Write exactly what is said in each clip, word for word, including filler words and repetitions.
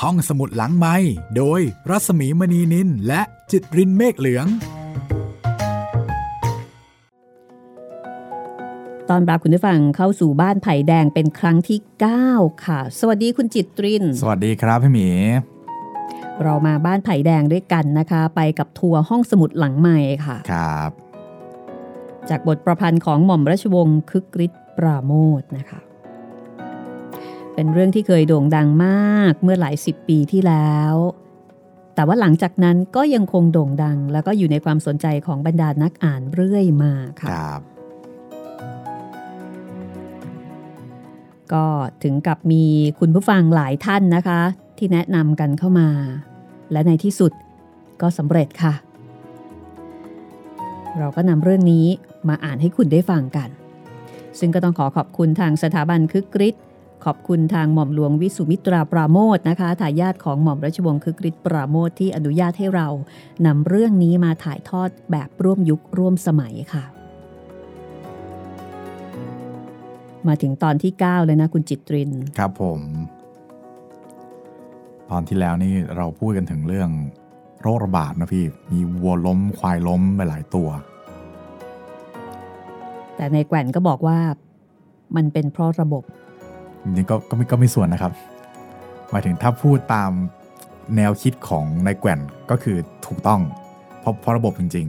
ห้องสมุดหลังไมค์โดยรัศมีมณีนินและจิตรินเมฆเหลืองตอนรับคุณผู้ฟังเข้าสู่บ้านไผ่แดงเป็นครั้งที่เก้าค่ะสวัสดีคุณจิตรินสวัสดีครับพี่หมีเรามาบ้านไผ่แดงด้วยกันนะคะไปกับทัวร์ห้องสมุดหลังไมค์ค่ะครับจากบทประพันธ์ของหม่อมราชวงศ์คึกฤทธิ์ปราโมชนะคะเป็นเรื่องที่เคยโด่งดังมากเมื่อหลายสิบปีที่แล้วแต่ว่าหลังจากนั้นก็ยังคงโด่งดังแล้วก็อยู่ในความสนใจของบรรดานักอ่านเรื่อยมาค่ะครับก็ถึงกับมีคุณผู้ฟังหลายท่านนะคะที่แนะนำกันเข้ามาและในที่สุดก็สำเร็จค่ะเราก็นำเรื่องนี้มาอ่านให้คุณได้ฟังกันซึ่งก็ต้องขอขอบคุณทางสถาบันคึกฤทธิ์ขอบคุณทางหม่อมหลวงวิสุมิตราปราโมชนะคะทายาทของหม่อมราชวงศ์คึกฤทธิ์ปราโมชที่อนุญาตให้เรานำเรื่องนี้มาถ่ายทอดแบบร่วมยุคร่วมสมัยค่ะมาถึงตอนที่เก้าเลยนะคุณจิตรินครับผมตอนที่แล้วนี่เราพูดกันถึงเรื่องโรคระบาดนะพี่มีวัวล้มควายล้มไปหลายตัวแต่ในแกว่นก็บอกว่ามันเป็นเพราะระบบนี่ก็ก็ไม่ก็ไม่ส่วนนะครับหมายถึงถ้าพูดตามแนวคิดของนายแกว่นก็คือถูกต้องเพราะเพราะระบบจริง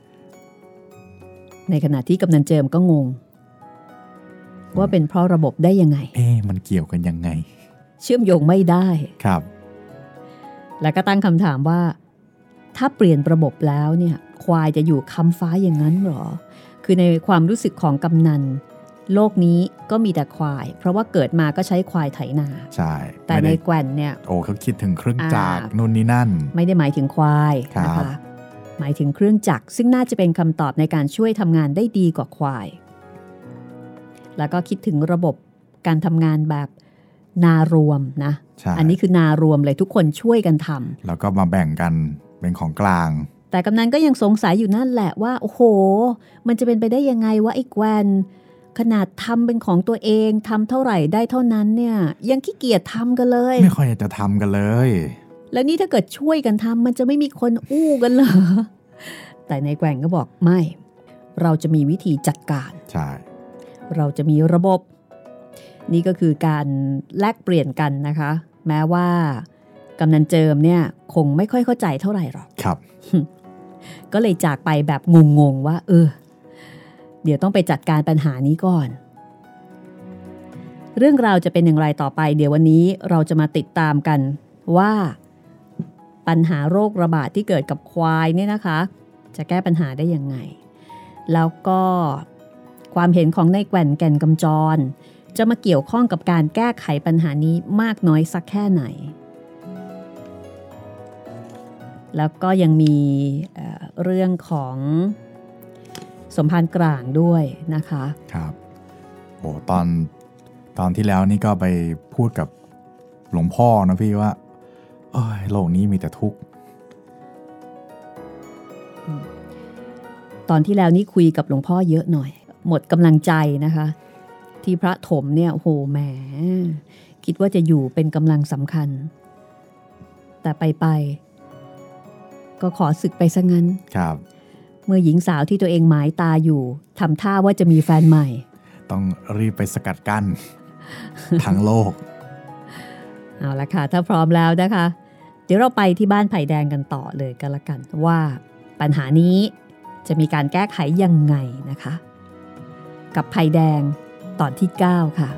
ๆในขณะที่กำนันเจิมก็งงว่าเป็นเพราะระบบได้ยังไงเอ๊ะมันเกี่ยวกันยังไงเชื่อมโยงไม่ได้ครับแล้วก็ตั้งคำถามว่าถ้าเปลี่ยนระบบแล้วเนี่ยควายจะอยู่ค้ำฟ้าอย่างนั้นหรอคือในความรู้สึกของกำนันโลกนี้ก็มีแต่ควายเพราะว่าเกิดมาก็ใช้ควายไถนาใช่แต่ในแกว่นเนี่ยโอ้เขาคิดถึงเครื่องจักรนู่นนี่นั่นไม่ได้หมายถึงควายนะคะหมายถึงเครื่องจักรซึ่งน่าจะเป็นคำตอบในการช่วยทำงานได้ดีกว่าควายแล้วก็คิดถึงระบบการทำงานแบบนารวมนะอันนี้คือนารวมเลยทุกคนช่วยกันทำแล้วก็มาแบ่งกันเป็นของกลางแต่กำนันก็ยังสงสัยอยู่นั่นแหละว่าโอ้โหมันจะเป็นไปได้ยังไงว่าไอ้แกวนขนาดทำเป็นของตัวเองทำเท่าไหร่ได้เท่านั้นเนี่ยยังขี้เกียจทำกันเลยไม่ค่อยจะทำกันเลยแล้วนี่ถ้าเกิดช่วยกันทำมันจะไม่มีคนอู้กันเหรอแต่ในแกว่งก็บอกไม่เราจะมีวิธีจัดการใช่เราจะมีระบบนี่ก็คือการแลกเปลี่ยนกันนะคะแม้ว่ากำนันเจิมเนี่ยคงไม่ค่อยเข้าใจเท่าไหร่หรอกครับก็เลยจากไปแบบงงๆว่าเออเดี๋ยวต้องไปจัดการปัญหานี้ก่อนเรื่องราวจะเป็นอย่างไรต่อไปเดี๋ยววันนี้เราจะมาติดตามกันว่าปัญหาโรคระบาดที่เกิดกับควายเนี่ยนะคะจะแก้ปัญหาได้ยังไงแล้วก็ความเห็นของนายแกว่นแก่นกำจรจะมาเกี่ยวข้องกับการแก้ไขปัญหานี้มากน้อยสักแค่ไหนแล้วก็ยังมีเอ่อเรื่องของสมภารกลางด้วยนะคะครับโอ้ตอนตอนที่แล้วนี่ก็ไปพูดกับหลวงพ่อนะพี่ว่าโอ้ยโลกนี้มีแต่ทุกข์ตอนที่แล้วนี่คุยกับหลวงพ่อเยอะหน่อยหมดกำลังใจนะคะที่พระถมเนี่ยโหแหมคิดว่าจะอยู่เป็นกำลังสำคัญแต่ไปไปก็ขอสึกไปซะงั้นครับเมื่อหญิงสาวที่ตัวเองหมายตาอยู่ทำท่าว่าจะมีแฟนใหม่ต้องรีบไปสกัดกั้น ทั้งโลกเอาละค่ะถ้าพร้อมแล้วนะคะเดี๋ยวเราไปที่บ้านไผ่แดงกันต่อเลยกันละกันว่าปัญหานี้จะมีการแก้ไขยังไงนะคะกับไผ่แดงตอนที่เก้าค่ะ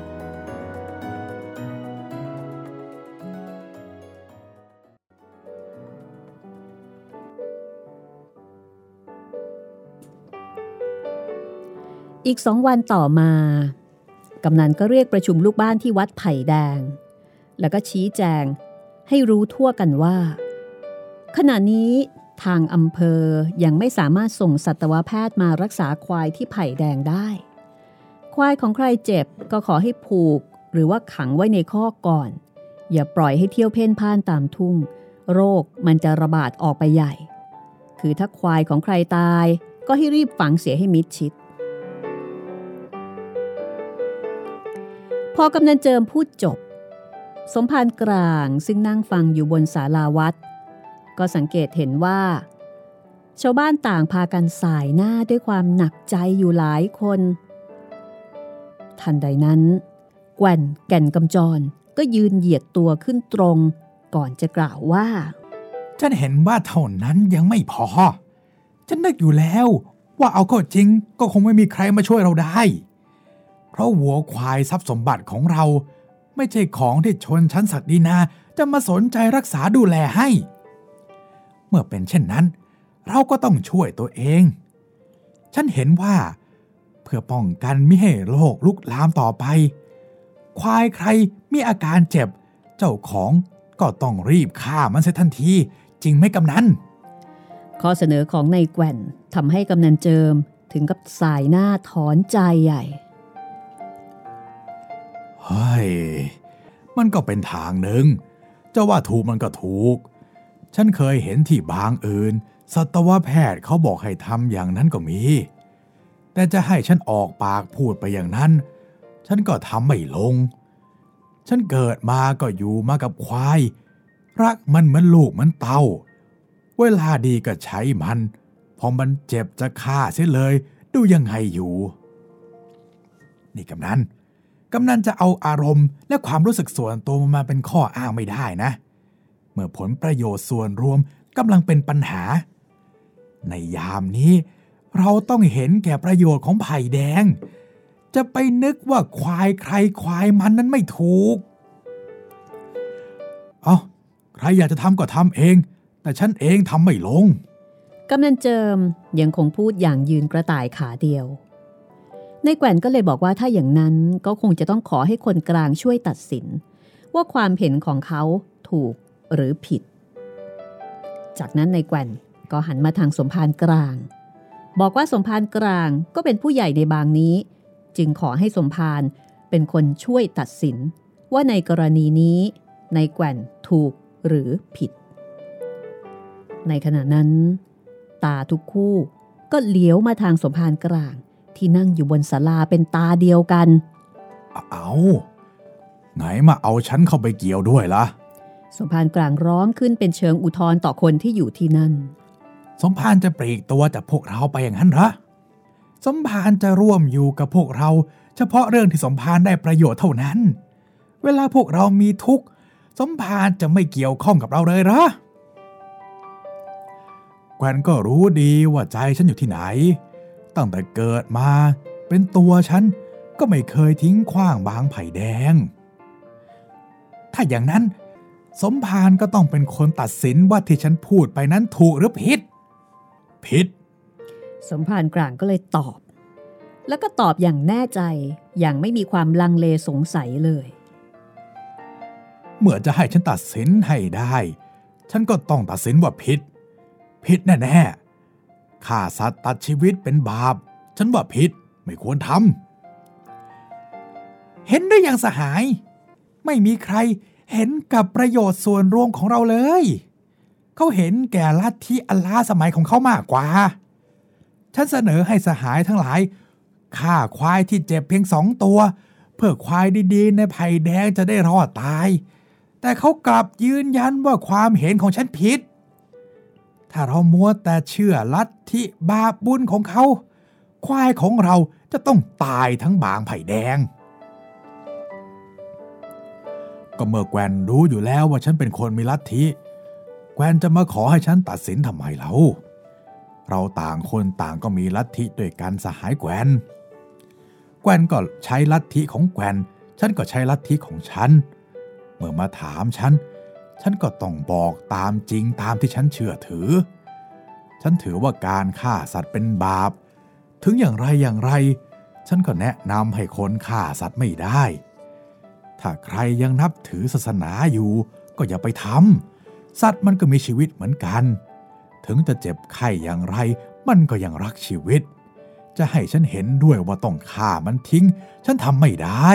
อีกสองวันต่อมากำนันก็เรียกประชุมลูกบ้านที่วัดไผ่แดงแล้วก็ชี้แจงให้รู้ทั่วกันว่าขณะนี้ทางอำเภอยังไม่สามารถส่งสัตวแพทย์มารักษาควายที่ไผ่แดงได้ควายของใครเจ็บก็ขอให้ผูกหรือว่าขังไว้ในคอกก่อนอย่าปล่อยให้เที่ยวเพ่นพ่านตามทุ่งโรคมันจะระบาดออกไปใหญ่คือถ้าควายของใครตายก็ให้รีบฝังเสียให้มิดชิดพอกำนันเจิมพูดจบสมภารกลางซึ่งนั่งฟังอยู่บนศาลาวัดก็สังเกตเห็นว่าชาวบ้านต่างพากันสายหน้าด้วยความหนักใจอยู่หลายคนทันใดนั้นแก่นแก่นกำจรก็ยืนเหยียดตัวขึ้นตรงก่อนจะกล่าวว่าฉันเห็นว่าเท่านั้นยังไม่พอฉันนึกอยู่แล้วว่าเอาเข้าจริงก็คงไม่มีใครมาช่วยเราได้เพราะวัวควายทรัพย์สมบัติของเราไม่ใช่ของที่ชนชั้นศักดินาจะมาสนใจรักษาดูแลให้เมื่อเป็นเช่นนั้นเราก็ต้องช่วยตัวเองฉันเห็นว่าเพื่อป้องกันไม่ให้โรคลุกลามต่อไปควายใครมีอาการเจ็บเจ้าของก็ต้องรีบฆ่ามันเสียทันทีจริงไหมกำนันข้อเสนอของนายแก่นทำให้กำนันเจิมถึงกับสายหน้าถอนใจใหญ่เฮ้ยมันก็เป็นทางหนึ่งจะว่าถูกมันก็ถูกฉันเคยเห็นที่บางอื่นสัตวแพทย์เขาบอกให้ทำอย่างนั้นก็มีแต่จะให้ฉันออกปากพูดไปอย่างนั้นฉันก็ทำไม่ลงฉันเกิดมาก็อยู่มากับควายรักมันเหมือนลูกเหมือนเต้าเวลาดีก็ใช้มันพอมันเจ็บจะฆ่าเสียเลยดูยังไงอยู่นี่กำนันกำนันจะเอาอารมณ์และความรู้สึกส่วนตัวมาเป็นข้ออ้างไม่ได้นะเมื่อผลประโยชน์ส่วนรวมกำลังเป็นปัญหาในยามนี้เราต้องเห็นแก่ประโยชน์ของไผ่แดงจะไปนึกว่าควายใครควายมันนั้นไม่ถูกเอาใครอยากจะทำก็ทำเองแต่ฉันเองทำไม่ลงกำนันเจิมยังคงพูดอย่างยืนกระต่ายขาเดียวในแก่นก็เลยบอกว่าถ้าอย่างนั้นก็คงจะต้องขอให้คนกลางช่วยตัดสินว่าความเห็นของเขาถูกหรือผิดจากนั้นในแก่นก็หันมาทางสมภารกลางบอกว่าสมภารกลางก็เป็นผู้ใหญ่ในบางนี้จึงขอให้สมภารเป็นคนช่วยตัดสินว่าในกรณีนี้ในแก่นถูกหรือผิดในขณะนั้นตาทุกคู่ก็เลี้ยวมาทางสมภารกลางที่นั่งอยู่บนศาลาเป็นตาเดียวกันเอาไหนมาเอาฉันเข้าไปเกี่ยวด้วยล่ะสมภารกลางร้องขึ้นเป็นเชิงอุทธรณ์ต่อคนที่อยู่ที่นั่นสมภารจะปลีกตัวจากพวกเราไปอย่างนั้นเหรอสมภารจะร่วมอยู่กับพวกเราเฉพาะเรื่องที่สมภารได้ประโยชน์เท่านั้นเวลาพวกเรามีทุกข์สมภารจะไม่เกี่ยวข้องกับเราเลยเหรอแกวนก็รู้ดีว่าใจฉันอยู่ที่ไหนตั้งแต่เกิดมาเป็นตัวฉันก็ไม่เคยทิ้งขว้างบางไผ่แดงถ้าอย่างนั้นสมภารก็ต้องเป็นคนตัดสินว่าที่ฉันพูดไปนั้นถูกหรือผิดผิดสมภารกลางก็เลยตอบแล้วก็ตอบอย่างแน่ใจอย่างไม่มีความลังเลสงสัยเลยเมื่อจะให้ฉันตัดสินให้ได้ฉันก็ต้องตัดสินว่าผิดผิดแน่ๆฆ่าสัตว์ตัดชีวิตเป็นบาปฉันว่าผิดไม่ควรทำเห็นได้อย่างสหายไม่มีใครเห็นกับประโยชน์ส่วนรวมของเราเลยเขาเห็นแก่ลัทธิอัลลาห์สมัยของเขามากกว่าฉันเสนอให้สหายทั้งหลายฆ่าควายที่เจ็บเพียงสองตัวเพื่อควายดีๆในไผ่แดงจะได้รอดตายแต่เขากลับยืนยันว่าความเห็นของฉันผิดถ้าเรามัวแต่เชื่อลัทธิบาปบุญของเขาควายของเราจะต้องตายทั้งบางไผ่แดงก็เมื่อแกวนรู้อยู่แล้วว่าฉันเป็นคนมีลัทธิแกวนจะมาขอให้ฉันตัดสินทำไมเล่าเราต่างคนต่างก็มีลัทธิด้วยกันสหายแกวนแกวนก็ใช้ลัทธิของแกวนฉันก็ใช้ลัทธิของฉันเมื่อมาถามฉันฉันก็ต้องบอกตามจริงตามที่ฉันเชื่อถือฉันถือว่าการฆ่าสัตว์เป็นบาปถึงอย่างไรอย่างไรฉันก็แนะนำให้คนฆ่าสัตว์ไม่ได้ถ้าใครยังนับถือศาสนาอยู่ก็อย่าไปทำสัตว์มันก็มีชีวิตเหมือนกันถึงจะเจ็บไข้อย่างไรมันก็ยังรักชีวิตจะให้ฉันเห็นด้วยว่าต้องฆ่ามันทิ้งฉันทำไม่ได้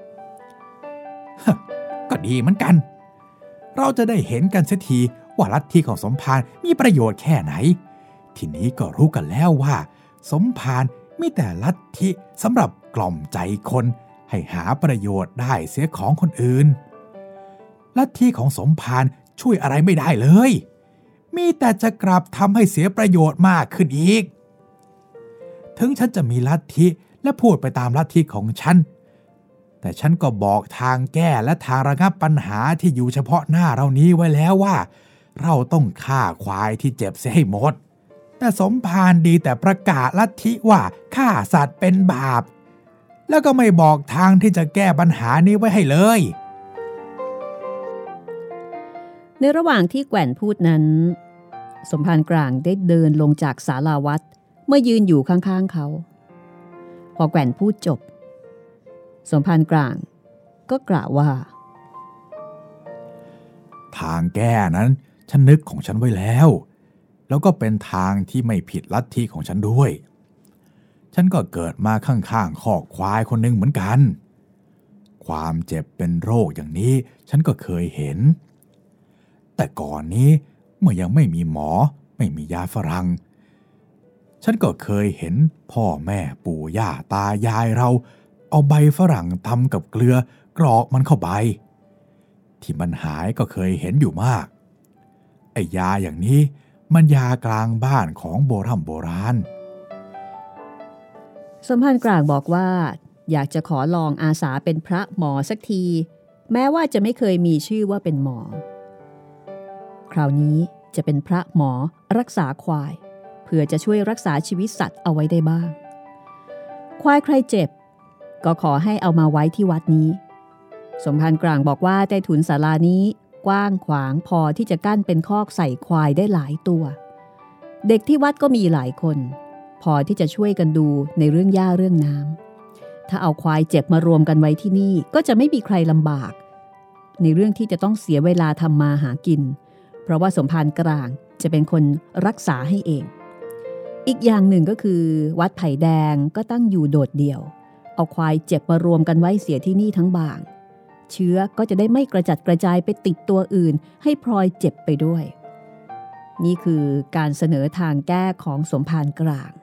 ก็ดีเหมือนกันเราจะได้เห็นกันเสียทีว่าลัทธิของสมภารมีประโยชน์แค่ไหนทีนี้ก็รู้กันแล้วว่าสมภารมีแต่ลัทธิสำหรับกล่อมใจคนให้หาประโยชน์ได้เสียของคนอื่นลัทธิของสมภารช่วยอะไรไม่ได้เลยมีแต่จะกลับทำให้เสียประโยชน์มากขึ้นอีกถึงฉันจะมีลัทธิและพูดไปตามลัทธิของฉันแต่ฉันก็บอกทางแก้และทางระงับปัญหาที่อยู่เฉพาะหน้าเรานี้ไว้แล้วว่าเราต้องฆ่าควายที่เจ็บเสียให้หมดแต่สมภารดีแต่ประกาศลัทธิว่าฆ่าสัตว์เป็นบาปแล้วก็ไม่บอกทางที่จะแก้ปัญหานี้ไว้ให้เลยในระหว่างที่แกว่นพูดนั้นสมภารกลางได้เดินลงจากศาลาวัดเมื่อยืนอยู่ข้างๆเขาพอแกว่นพูดจบสมภารกลางก็กล่าวว่าทางแก้นั้นฉันนึกของฉันไว้แล้วแล้วก็เป็นทางที่ไม่ผิดลัทธิของฉันด้วยฉันก็เกิดมาข้างๆคอกควายคนหนึ่งเหมือนกันความเจ็บเป็นโรคอย่างนี้ฉันก็เคยเห็นแต่ก่อนนี้เมื่อยังไม่มีหมอไม่มียาฝรั่งฉันก็เคยเห็นพ่อแม่ปู่ย่าตายายเราเอาใบฝรั่งตำกับเกลือกรอกมันเข้าไปที่มันหายก็เคยเห็นอยู่มากไอ้ยาอย่างนี้มันยากลางบ้านของโบราณโบราณสมภารกลางบอกว่าอยากจะขอลองอาสาเป็นพระหมอสักทีแม้ว่าจะไม่เคยมีชื่อว่าเป็นหมอคราวนี้จะเป็นพระหมอรักษาควายเพื่อจะช่วยรักษาชีวิตสัตว์เอาไว้ได้บ้างควายใครเจ็บก็ขอให้เอามาไว้ที่วัดนี้สมภารกลางบอกว่าใต้ถุนศาลานี้กว้างขวางพอที่จะกั้นเป็นคอกใส่ควายได้หลายตัวเด็กที่วัดก็มีหลายคนพอที่จะช่วยกันดูในเรื่องหญ้าเรื่องน้ำถ้าเอาควายเจ็บมารวมกันไว้ที่นี่ก็จะไม่มีใครลำบากในเรื่องที่จะต้องเสียเวลาทำมาหากินเพราะว่าสมภารกลางจะเป็นคนรักษาให้เองอีกอย่างหนึ่งก็คือวัดไผ่แดงก็ตั้งอยู่โดดเดี่ยวเอาควายเจ็บมารวมกันไว้เสียที่นี่ทั้งบางเชื้อก็จะได้ไม่กระจัดกระจายไปติดตัวอื่นให้พลอยเจ็บไปด้วยนี่คือการเสนอทางแก้ของสมภารกลาง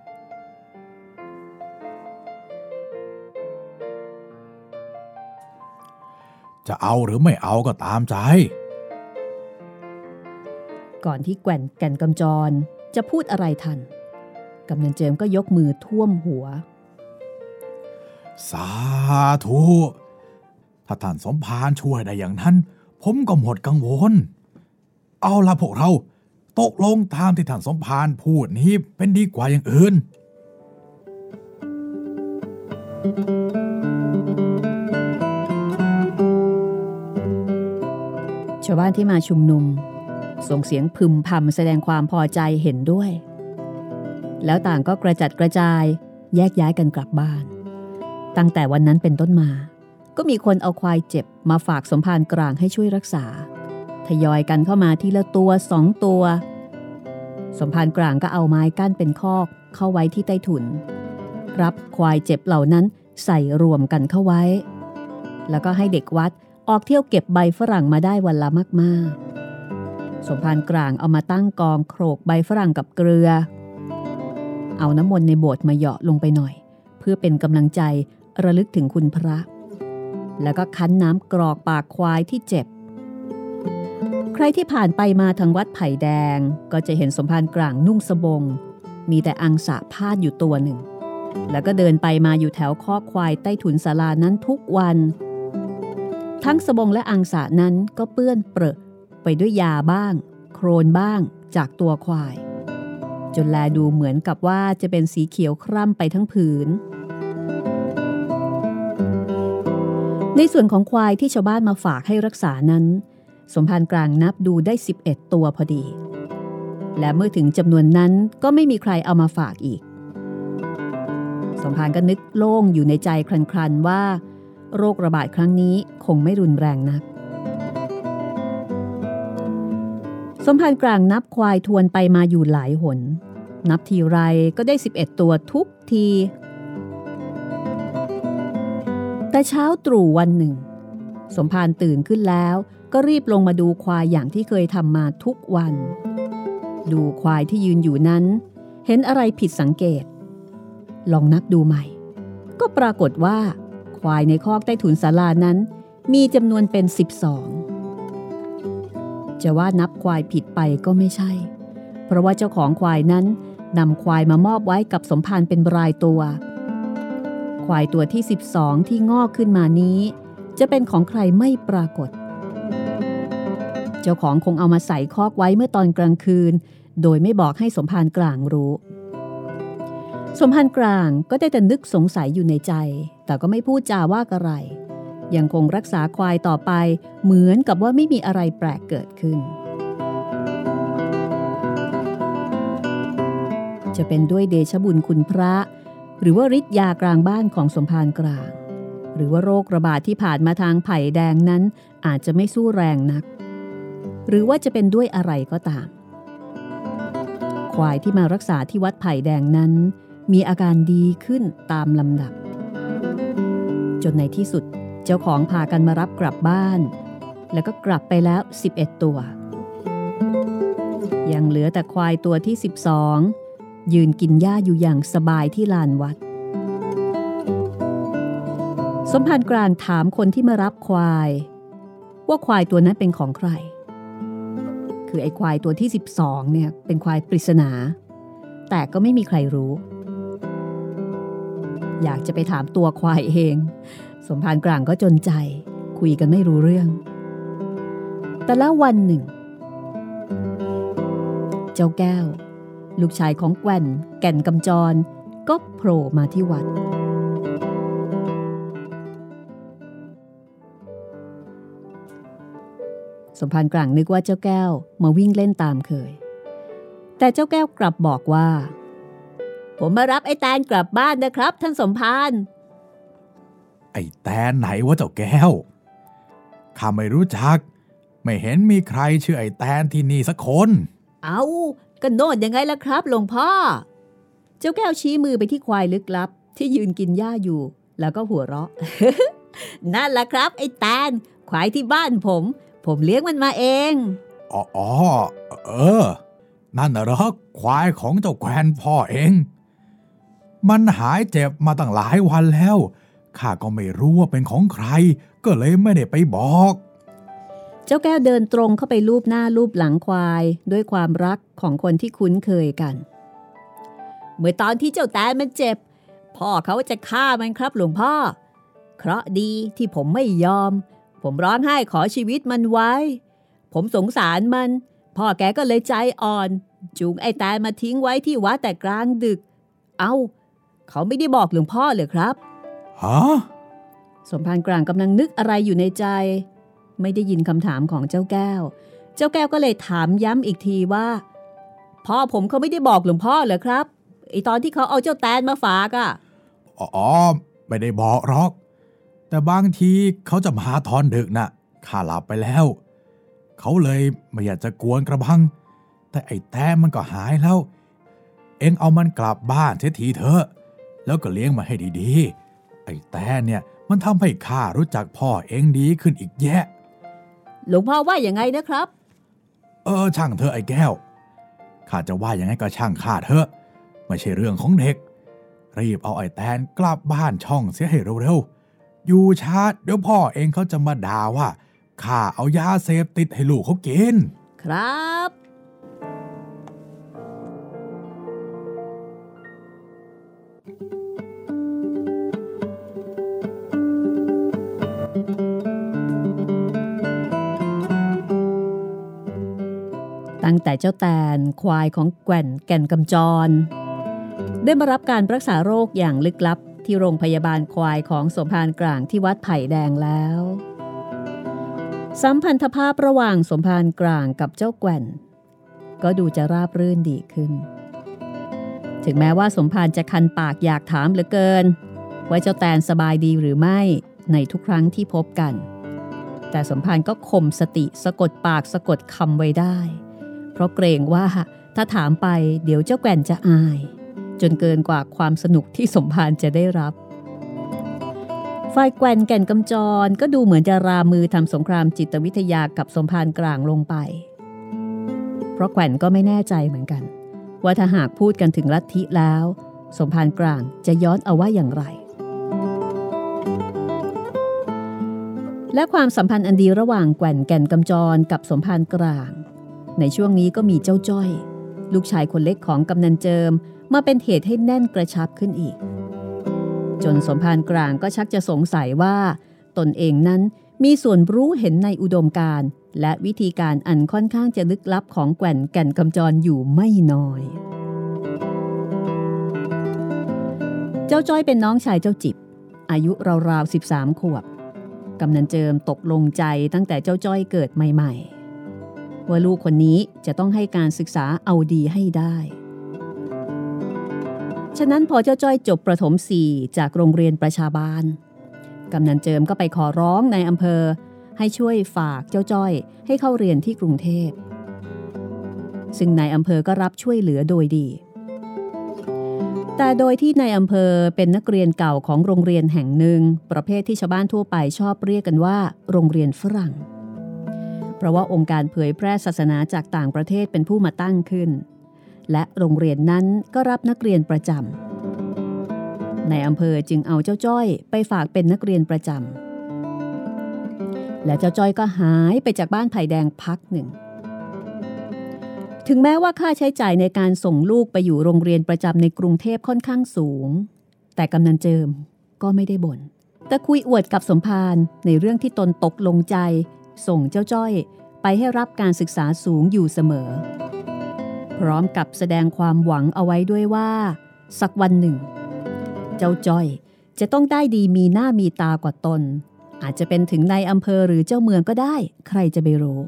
จะเอาหรือไม่เอาก็ตามใจก่อนที่แก่นแก่นกำจรจะพูดอะไรทันกำนันเจิมก็ยกมือท่วมหัวสาธุถ้าท่านสมภารช่วยได้อย่างนั้นผมก็หมดกังวลเอาล่ะพวกเราตกลงตามที่ท่านสมภารพูดนี้เป็นดีกว่าอย่างอื่นชาวบ้านที่มาชุมนุมส่งเสียงพึมพำแสดงความพอใจเห็นด้วยแล้วต่างก็กระจัดกระจายแยกย้ายกันกลับบ้านตั้งแต่วันนั้นเป็นต้นมาก็มีคนเอาควายเจ็บมาฝากสมภารกลางให้ช่วยรักษาทยอยกันเข้ามาทีละตัวสองตัวสมภารกลางก็เอาไม้กั้นเป็นคอกเข้าไว้ที่ใต้ถุนรับควายเจ็บเหล่านั้นใส่รวมกันเข้าไว้แล้วก็ให้เด็กวัดออกเที่ยวเก็บใบฝรั่งมาได้วันละมากๆสมภารกลางเอามาตั้งกองโขลกใบฝรั่งกับเกลือเอาน้ำมนต์ในโบสถ์มาเหยาะลงไปหน่อยเพื่อเป็นกำลังใจระลึกถึงคุณพระแล้วก็คั้นน้ำกรอกปากควายที่เจ็บใครที่ผ่านไปมาทางวัดไผ่แดงก็จะเห็นสมภารกลางนุ่งสบงมีแต่อังสะพาดอยู่ตัวหนึ่งแล้วก็เดินไปมาอยู่แถวคอกควายใต้ถุนศาลานั้นทุกวันทั้งสบงและอังสะนั้นก็เปื้อนเปรอะไปด้วยยาบ้างโคลนบ้างจากตัวควายจนแลดูเหมือนกับว่าจะเป็นสีเขียวคร่ำไปทั้งผืนในส่วนของควายที่ชาวบ้านมาฝากให้รักษานั้นสมภารกลางนับดูได้สิบเอ็ดตัวพอดีและเมื่อถึงจำนวนนั้นก็ไม่มีใครเอามาฝากอีกสมภารก็นึกโล่งอยู่ในใจครันๆว่าโรคระบาดครั้งนี้คงไม่รุนแรงนักสมภารกลางนับควายทวนไปมาอยู่หลายหนนับทีไรก็ได้สิบเอ็ดตัวทุกทีแต่เช้าตรู่วันหนึ่งสมภารตื่นขึ้นแล้วก็รีบลงมาดูควายอย่างที่เคยทำมาทุกวันดูควายที่ยืนอยู่นั้นเห็นอะไรผิดสังเกตลองนับดูใหม่ก็ปรากฏว่าควายในคอกใต้ถุนศาลานั้นมีจำนวนเป็นสิบสองจะว่านับควายผิดไปก็ไม่ใช่เพราะว่าเจ้าของควายนั้นนำควายมามอบไว้กับสมภารเป็นรายตัวควายตัวที่สิบสองที่งอกขึ้นมานี้จะเป็นของใครไม่ปรากฏเจ้าของคงเอามาใส่คอกไว้เมื่อตอนกลางคืนโดยไม่บอกให้สมภารกลางรู้สมภารกลางก็ได้แต่นึกสงสัยอยู่ในใจแต่ก็ไม่พูดจาว่าอะไรยังคงรักษาควายต่อไปเหมือนกับว่าไม่มีอะไรแปลกเกิดขึ้นจะเป็นด้วยเดชบุญคุณพระหรือว่าฤทธิ์ยากลางบ้านของสมภารกลางหรือว่าโรคระบาดที่ผ่านมาทางไผ่แดงนั้นอาจจะไม่สู้แรงนักหรือว่าจะเป็นด้วยอะไรก็ตามควายที่มารักษาที่วัดไผ่แดงนั้นมีอาการดีขึ้นตามลำดับจนในที่สุดเจ้าของพากันมารับกลับบ้านแล้วก็กลับไปแล้วสิบเอ็ดตัวยังเหลือแต่ควายตัวที่สิบสองยืนกินหญ้าอยู่อย่างสบายที่ลานวัดสมภารกลางถามคนที่มารับควายว่าควายตัวนั้นเป็นของใครคือไอ้ควายตัวที่สิบสองเนี่ยเป็นควายปริศนาแต่ก็ไม่มีใครรู้อยากจะไปถามตัวควายเองสมภารกลางก็จนใจคุยกันไม่รู้เรื่องแต่แล้ววันหนึ่งเจ้าแก้วลูกชายของแก่นแก่นกำจรก็โผล่มาที่วัดสมภารกลางนึกว่าเจ้าแก้วมาวิ่งเล่นตามเคยแต่เจ้าแก้วกลับบอกว่าผมมารับไอ้แตนกลับบ้านนะครับท่านสมภารไอ้แตนไหนวะเจ้าแก้วข้าไม่รู้จักไม่เห็นมีใครชื่อไอ้แตนที่นี่สักคนเอาก็โน่นยังไงล่ะครับหลวงพ่อเจ้าแก้วชี้มือไปที่ควายลึกลับที่ยืนกินหญ้าอยู่แล้วก็หัวเราะ นั่นแหละครับไอ้แตนควายที่บ้านผมผมเลี้ยงมันมาเองอ๋อเออนั่นน่ะเหรอควายของเจ้าแควนพ่อเองมันหายเจ็บมาตั้งหลายวันแล้วข้าก็ไม่รู้ว่าเป็นของใครก็เลยไม่ได้ไปบอกเจ้าแก้วเดินตรงเข้าไปลูบหน้าลูบหลังควายด้วยความรักของคนที่คุ้นเคยกันเมื่อตอนที่เจ้าแตนมันเจ็บพ่อเขาจะฆ่ามันครับหลวงพ่อเคราะห์ดีที่ผมไม่ยอมผมร้องไห้ขอชีวิตมันไว้ผมสงสารมันพ่อแกก็เลยใจอ่อนจูงไอ้แตนมาทิ้งไว้ที่วัดแต่กลางดึกเอ้าเขาไม่ได้บอกหลวงพ่อเลยครับฮะสมภารกลางกำลังนึกอะไรอยู่ในใจไม่ได้ยินคำถามของเจ้าแก้วเจ้าแก้วก็เลยถามย้ำอีกทีว่าพ่อผมเขาไม่ได้บอกหลวงพ่อเหรอครับไอตอนที่เขาเอาเจ้าแตนมาฝากอ่ะอ๋อไม่ได้บอกหรอกแต่บางทีเขาจะมาตอนดึกน่ะข้าหลับไปแล้วเขาเลยไม่อยากจะกวนกระบังแต่ไอ้แตนมันก็หายแล้วเอ็งเอามันกลับบ้านเสียทีเถอะแล้วก็เลี้ยงมาให้ดีๆไอ้แตนเนี่ยมันทำให้ข้ารู้จักพ่อเอ็งดีขึ้นอีกแยะหลวงพ่อว่าอย่างไงนะครับเออช่างเธอไอ้แก้วข้าจะว่าอย่างไงก็ช่างข้าเถอะไม่ใช่เรื่องของเด็กรีบเอาไอ้แตนกลับบ้านช่องเสียให้เร็วๆอยู่ช้าเดี๋ยวพ่อเองเขาจะมาด่าว่าข้าเอายาเสพติดให้ลูกเขากินครับตั้งแต่เจ้าแตนควายของแก่นแก่นกำจรได้มารับการรักษาโรคอย่างลึกลับที่โรงพยาบาลควายของสมภารกลางที่วัดไผ่แดงแล้วสัมพันธภาพระหว่างสมภารกลางกับเจ้าแก่นก็ดูจะราบรื่นดีขึ้นถึงแม้ว่าสมภารจะคันปากอยากถามเหลือเกินว่าเจ้าแตนสบายดีหรือไม่ในทุกครั้งที่พบกันแต่สมภารก็ข่มสติสะกดปากสะกดคำไว้ได้เพราะเกรงว่าถ้าถามไปเดี๋ยวเจ้าแก่นจะอายจนเกินกว่าความสนุกที่สมภารจะได้รับฝ่ายแก่นแก่นกำจรก็ดูเหมือนจะรามือทำสงครามจิตวิทยากับสมภารกลางลงไปเพราะแก่นก็ไม่แน่ใจเหมือนกันว่าถ้าหากพูดกันถึงลัทธิแล้วสมภารกลางจะย้อนเอาว่าอย่างไรและความสัมพันธ์อันดีระหว่างแก่นแก่นกำจรกับสมภารกลางในช่วงนี้ก็มีเจ้าจ้อยลูกชายคนเล็กของกำนันเจิมมาเป็นเหตุให้แน่นกระชับขึ้นอีกจนสมภารกลางก็ชักจะสงสัยว่าตนเองนั้นมีส่วนรู้เห็นในอุดมการณ์และวิธีการอันค่อนข้างจะลึกลับของแก่นแก่นกำจรอยู่ไม่น้อยเจ้าจ้อยเป็นน้องชายเจ้าจิบอายุราวๆสิบสามขวบกำนันเจิมตกลงใจตั้งแต่เจ้าจ้อยเกิดใหม่ๆว่าลูกคนนี้จะต้องให้การศึกษาเอาดีให้ได้ฉะนั้นพอเจ้าจ้อยจบประถมสี่จากโรงเรียนประชาบาลกำนันเจิมก็ไปขอร้องในอำเภอให้ช่วยฝากเจ้าจ้อยให้เข้าเรียนที่กรุงเทพซึ่งนายอำเภอก็รับช่วยเหลือโดยดีแต่โดยที่นายอำเภอเป็นนักเรียนเก่าของโรงเรียนแห่งหนึ่งประเภทที่ชาวบ้านทั่วไปชอบเรียกกันว่าโรงเรียนฝรั่งเพราะว่าองค์การเผยแพร่ศาสนาจากต่างประเทศเป็นผู้มาตั้งขึ้นและโรงเรียนนั้นก็รับนักเรียนประจำนายอำเภอจึงเอาเจ้าจ้อยไปฝากเป็นนักเรียนประจำและเจ้าจ้อยก็หายไปจากบ้านไผ่แดงพักหนึ่งถึงแม้ว่าค่าใช้จ่ายในการส่งลูกไปอยู่โรงเรียนประจำในกรุงเทพค่อนข้างสูงแต่กำนันเจิมก็ไม่ได้บ่นแต่คุยอวดกับสมภารในเรื่องที่ตนตกลงใจส่งเจ้าจ้อยไปให้รับการศึกษาสูงอยู่เสมอพร้อมกับแสดงความหวังเอาไว้ด้วยว่าสักวันหนึ่งเจ้าจ้อยจะต้องได้ดีมีหน้ามีตากว่าตนอาจจะเป็นถึงนายอำเภอหรือเจ้าเมืองก็ได้ใครจะไปรู้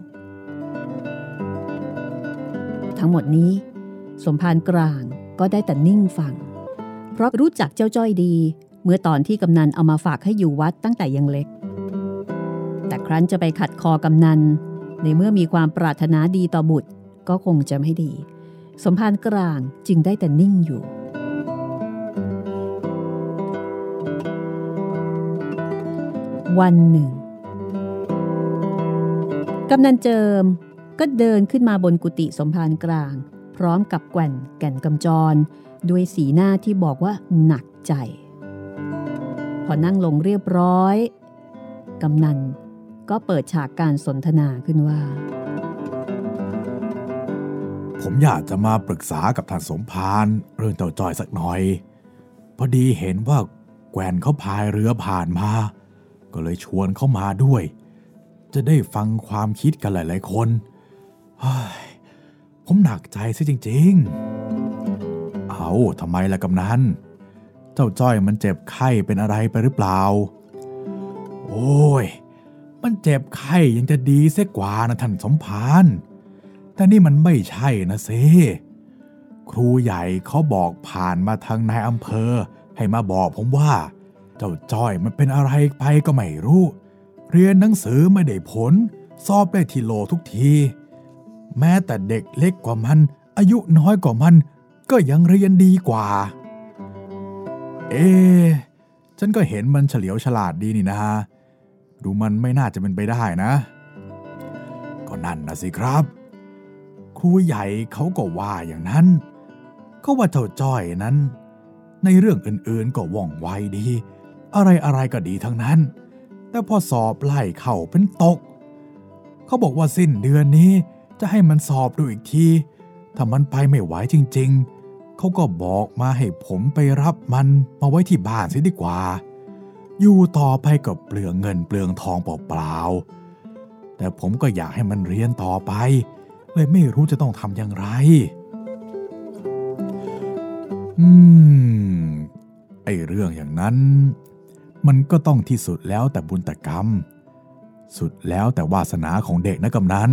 ทั้งหมดนี้สมภารกลางก็ได้แต่นิ่งฟังเพราะรู้จักเจ้าจ้อยดีเมื่อตอนที่กำนันเอามาฝากให้อยู่วัดตั้งแต่ยังเล็กแต่ครั้นจะไปขัดคอกำนันในเมื่อมีความปรารถนาดีต่อบุตรก็คงจะไม่ดีสมภารกลางจึงได้แต่นิ่งอยู่วันหนึ่งกำนันเจิมก็เดินขึ้นมาบนกุฏิสมภารกลางพร้อมกับแก่นแก่นกำจรด้วยสีหน้าที่บอกว่าหนักใจพอนั่งลงเรียบร้อยกำนันก็เปิดฉากการสนทนาขึ้นว่าผมอยากจะมาปรึกษากับท่านสมภารเรื่องเจ้าจ้อยสักหน่อยพอดีเห็นว่าแกว่นเขาพายเรือผ่านมาก็เลยชวนเขามาด้วยจะได้ฟังความคิดกันหลายๆคนผมหนักใจซิจริงๆเอาทำไมล่ะกำนันเจ้าจ้อยมันเจ็บไข้เป็นอะไรไปหรือเปล่าโอ้ยมันเจ็บไข้ยังจะดีเสียกว่านะท่านสมภารแต่นี่มันไม่ใช่นะเซครูใหญ่เขาบอกผ่านมาทางนายอำเภอให้มาบอกผมว่าเจ้าจ้อยมันเป็นอะไรไปก็ไม่รู้เรียนหนังสือไม่ได้ผลสอบได้ที่โลทุกทีแม้แต่เด็กเล็กกว่ามันอายุน้อยกว่ามันก็ยังเรียนดีกว่าเอ๊ะฉันก็เห็นมันเฉลียวฉลาดดีนี่นะดูมันไม่น่าจะเป็นไปได้นะก็นั่นนะสิครับครูใหญ่เขาก็ว่าอย่างนั้นเขาว่าเจ้าจ้อยนั้นในเรื่องอื่นๆก็ว่องไวดีอะไรๆก็ดีทั้งนั้นแต่พอสอบไล่เข้าเป็นตกเขาบอกว่าสิ้นเดือนนี้จะให้มันสอบดูอีกทีถ้ามันไปไม่ไหวจริงๆเขาก็บอกมาให้ผมไปรับมันมาไว้ที่บ้านเสียดีกว่าอยู่ต่อไปก็เปลืองเงินเปลืองทองเปล่าๆแต่ผมก็อยากให้มันเรียนต่อไปเลยไม่รู้จะต้องทำอย่างไรอืมไอ้เรื่องอย่างนั้นมันก็ต้องที่สุดแล้วแต่บุญแต่กรรมสุดแล้วแต่วาสนาของเด็กนะกำนัน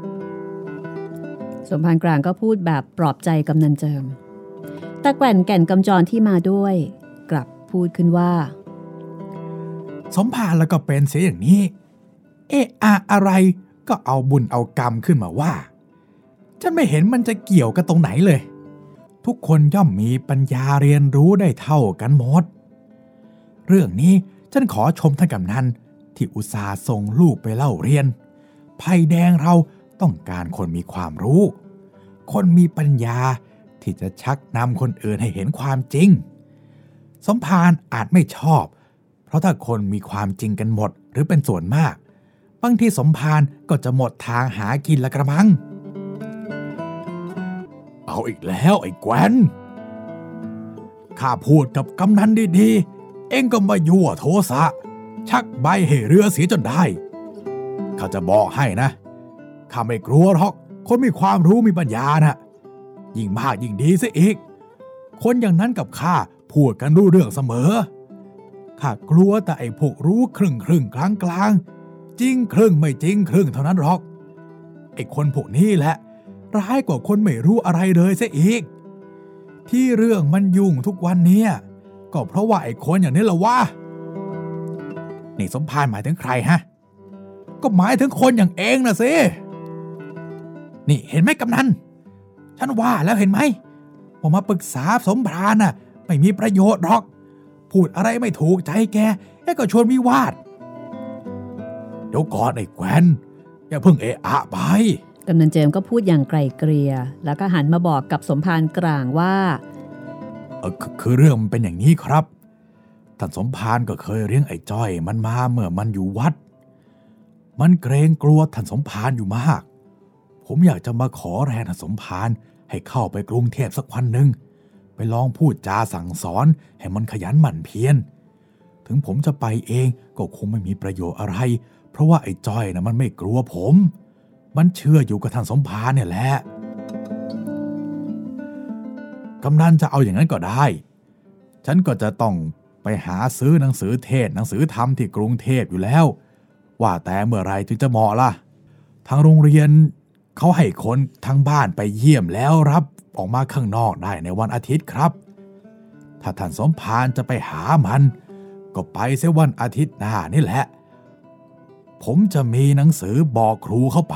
สมภารกลางก็พูดแบบปลอบใจกำนันเจิมแต่แก่นแก่นกำจรที่มาด้วยกลับพูดขึ้นว่าสมภารแล้วก็เป็นเสียอย่างนี้เอะอะอะไรก็เอาบุญเอากรรมขึ้นมาว่าฉันไม่เห็นมันจะเกี่ยวกันตรงไหนเลยทุกคนย่อมมีปัญญาเรียนรู้ได้เท่ากันหมดเรื่องนี้ฉันขอชมท่านกำนันที่อุตส่าห์ส่งลูกไปเล่าเรียนไผ่แดงเราต้องการคนมีความรู้คนมีปัญญาที่จะชักนำคนอื่นให้เห็นความจริงสมภารอาจไม่ชอบเพราะถ้าคนมีความจริงกันหมดหรือเป็นส่วนมากบางทีสมภารก็จะหมดทางหากินละกระมังเอาอีกแล้วไอ้แกวนข้าพูดกับกำนันดีๆเอ็งก็มายั่วโทสะชักใบให้เรือเสียจนได้ข้าจะบอกให้นะข้าไม่กลัวหรอกคนมีความรู้มีปัญญานะยิ่งมากยิ่งดีซะอีกคนอย่างนั้นกับข้าพูดกันรู้เรื่องเสมอข้ากลัวแต่ไอ้พวกรู้ครึ่งครึ่งกลางกลางจริงครึ่งไม่จริงครึ่งเท่านั้นหรอกไอ้คนพวกนี้แหละร้ายกว่าคนไม่รู้อะไรเลยซะอีกที่เรื่องมันยุ่งทุกวันนี้ก็เพราะว่าไอ้คนอย่างนี้แหละวะนี่สมภารหมายถึงใครฮะก็หมายถึงคนอย่างเองนะสินี่เห็นไหมกำนันฉันว่าแล้วเห็นไหมว่ามาปรึกษาสมภารน่ะไม่มีประโยชน์หรอกพูดอะไรไม่ถูกใจแกแกก็ชวนวิวาทเดี๋ยวก่อนไอ้แกวนอย่าเพิ่งเอะอะไปกำนันเจิมก็พูดอย่างไกลเกลี่ยแล้วก็หันมาบอกกับสมภารกลางว่าเออคือเรื่องมันเป็นอย่างนี้ครับท่านสมภารก็เคยเลี้ยงไอ้จ้อยมันมาเมื่อมันอยู่วัดมันเกรงกลัวท่านสมภารอยู่มากผมอยากจะมาขอแรงท่านสมภารให้เข้าไปกรุงเทพสักวันหนึ่งไปลองพูดจาสั่งสอนให้มันขยันหมั่นเพียรถึงผมจะไปเองก็คงไม่มีประโยชน์อะไรเพราะว่าไอ้จ้อยนะมันไม่กลัวผมมันเชื่ออยู่กับท่านสมภารเนี่ยแหละกำนันจะเอาอย่างนั้นก็ได้ฉันก็จะต้องไปหาซื้อหนังสือเทศหนังสือธรรมที่กรุงเทพอยู่แล้วว่าแต่เมื่อไรถึงจะเหมาะล่ะทางโรงเรียนเขาให้คนทั้งบ้านไปเยี่ยมแล้วรับออกมาข้างนอกได้ในวันอาทิตย์ครับถ้าท่านสมภารจะไปหามันก็ไปเสียวันอาทิตย์หน้านี่แหละผมจะมีหนังสือบอกครูเข้าไป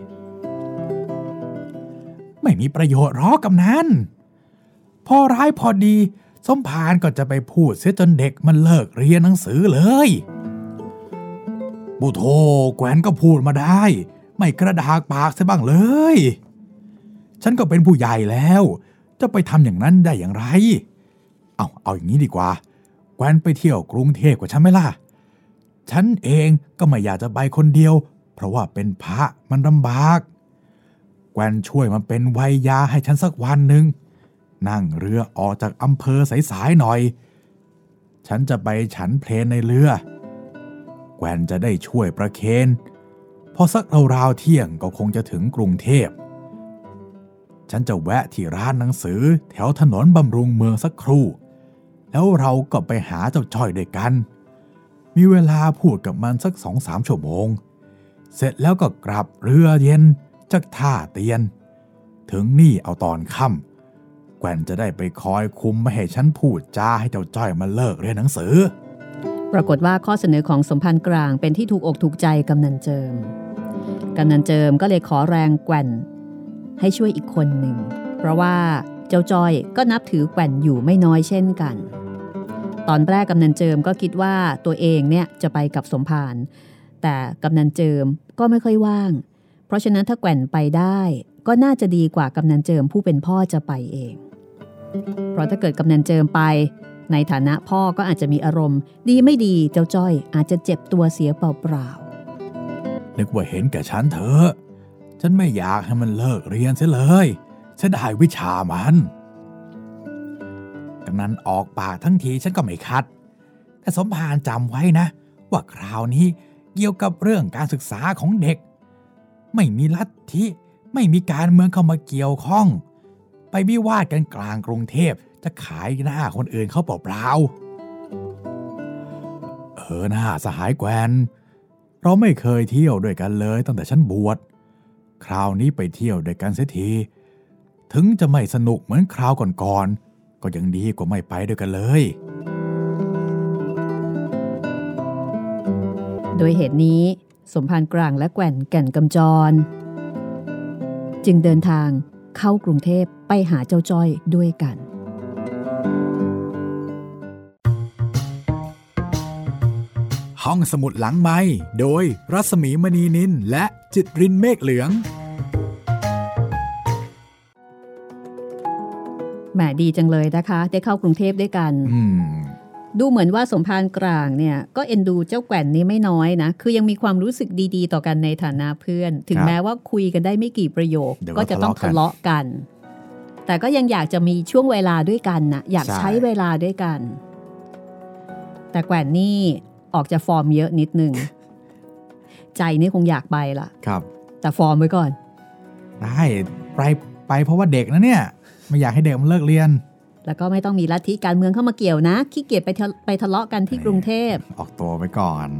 ไม่มีประโยชน์หรอกกำนันพอร้ายพอดีสมภารก็จะไปพูดเสียจนเด็กมันเลิกเรียนหนังสือเลยบุโธแกวนก็พูดมาได้ไม่กระดากปากซะบ้างเลยฉันก็เป็นผู้ใหญ่แล้วจะไปทำอย่างนั้นได้อย่างไรเอาเอาอย่างนี้ดีกว่าแกวนไปเที่ยวกรุงเทพกับฉันไหมล่ะฉันเองก็ไม่อยากจะไปคนเดียวเพราะว่าเป็นพระมันลำบากแกวนช่วยมันเป็นไวยาให้ฉันสักวันหนึ่งนั่งเรือออกจากอำเภอสายๆหน่อยฉันจะไปฉันเพลนในเรือแกวนจะได้ช่วยประเคนพอสักราวๆเที่ยงก็คงจะถึงกรุงเทพฉันจะแวะที่ร้านหนังสือแถวถนนบำรุงเมืองสักครู่แล้วเราก็ไปหาเจ้าจ้อยด้วยกันมีเวลาพูดกับมันสักสองสามชั่วโมงเสร็จแล้วก็กลับเรือเย็นจากท่าเตียนถึงนี่เอาตอนค่ำแกวนจะได้ไปคอยคุมไม่ให้ฉันพูดจาให้เจ้าจ้อยมันเลิกเรียนหนังสือปรากฏว่าข้อเสนอของสมภารกลางเป็นที่ถูกอกถูกใจกำนันเจิมกำนันเจิมก็เลยขอแรงแกวนให้ช่วยอีกคนหนึ่งเพราะว่าเจ้าจ้อยก็นับถือแกวนอยู่ไม่น้อยเช่นกันตอนแรกกำนันเจิมก็คิดว่าตัวเองเนี่ยจะไปกับสมภารแต่กำนันเจิมก็ไม่ค่อยว่างเพราะฉะนั้นถ้าแกวนไปได้ก็น่าจะดีกว่ากำนันเจิมผู้เป็นพ่อจะไปเองเพราะถ้าเกิดกำนันเจิมไปในฐานะพ่อก็อาจจะมีอารมณ์ดีไม่ดีเจ้าจ้อยอาจจะเจ็บตัวเสียเปล่าๆนึกว่าเห็นแก่ฉันเถอะฉันไม่อยากให้มันเลิกเรียนเสียเลยเสียดายวิชามันกำนันออกปากทั้งทีฉันก็ไม่คัดแต่สมภารจำไว้นะว่าคราวนี้เกี่ยวกับเรื่องการศึกษาของเด็กไม่มีลัทธิไม่มีการเมืองเข้ามาเกี่ยวข้องไปวิวาทกันกลางกรุงเทพจะขายหน้าคนอื่นเขาเปล่าๆเออหน้าสหายแกวนเราไม่เคยเที่ยวด้วยกันเลยตั้งแต่ฉันบวชคราวนี้ไปเที่ยวด้วยกันเสียทีถึงจะไม่สนุกเหมือนคราวก่อนๆก็ยังดีกว่าไม่ไปด้วยกันเลยโดยเหตุนี้สมภารกลางและแกวนแก่นกำจรจึงเดินทางเข้ากรุงเทพไปหาเจ้าจ้อยด้วยกันห้องสมุดหลังไมค์โดยรัศมีมณีนินและจิตรินเมฆเหลืองแหมดีจังเลยนะคะได้เข้ากรุงเทพด้วยกันดูเหมือนว่าสมภารกลางเนี่ยก็เอ็นดูเจ้าแกว่นนี้ไม่น้อยนะคือยังมีความรู้สึกดีๆต่อกันในฐานะเพื่อนถึงแม้ว่าคุยกันได้ไม่กี่ประโยคก็จะต้องทะเลาะกันแต่ก็ยังอยากจะมีช่วงเวลาด้วยกันนะอยากใช้เวลาด้วยกันแต่แกว่นนี่ออกจะฟอร์มเยอะนิดนึงใจนี่คงอยากไปล่ะครับแต่ฟอร์มไว้ก่อนได้ไปไปเพราะว่าเด็กนะเนี่ยไม่อยากให้เด็กมันเลิกเรียนแล้วก็ไม่ต้องมีลัทธิการเมืองเข้ามาเกี่ยวนะขี้เกียจไปไปทะเลาะกันที่กรุงเทพออกตัวไปก่อน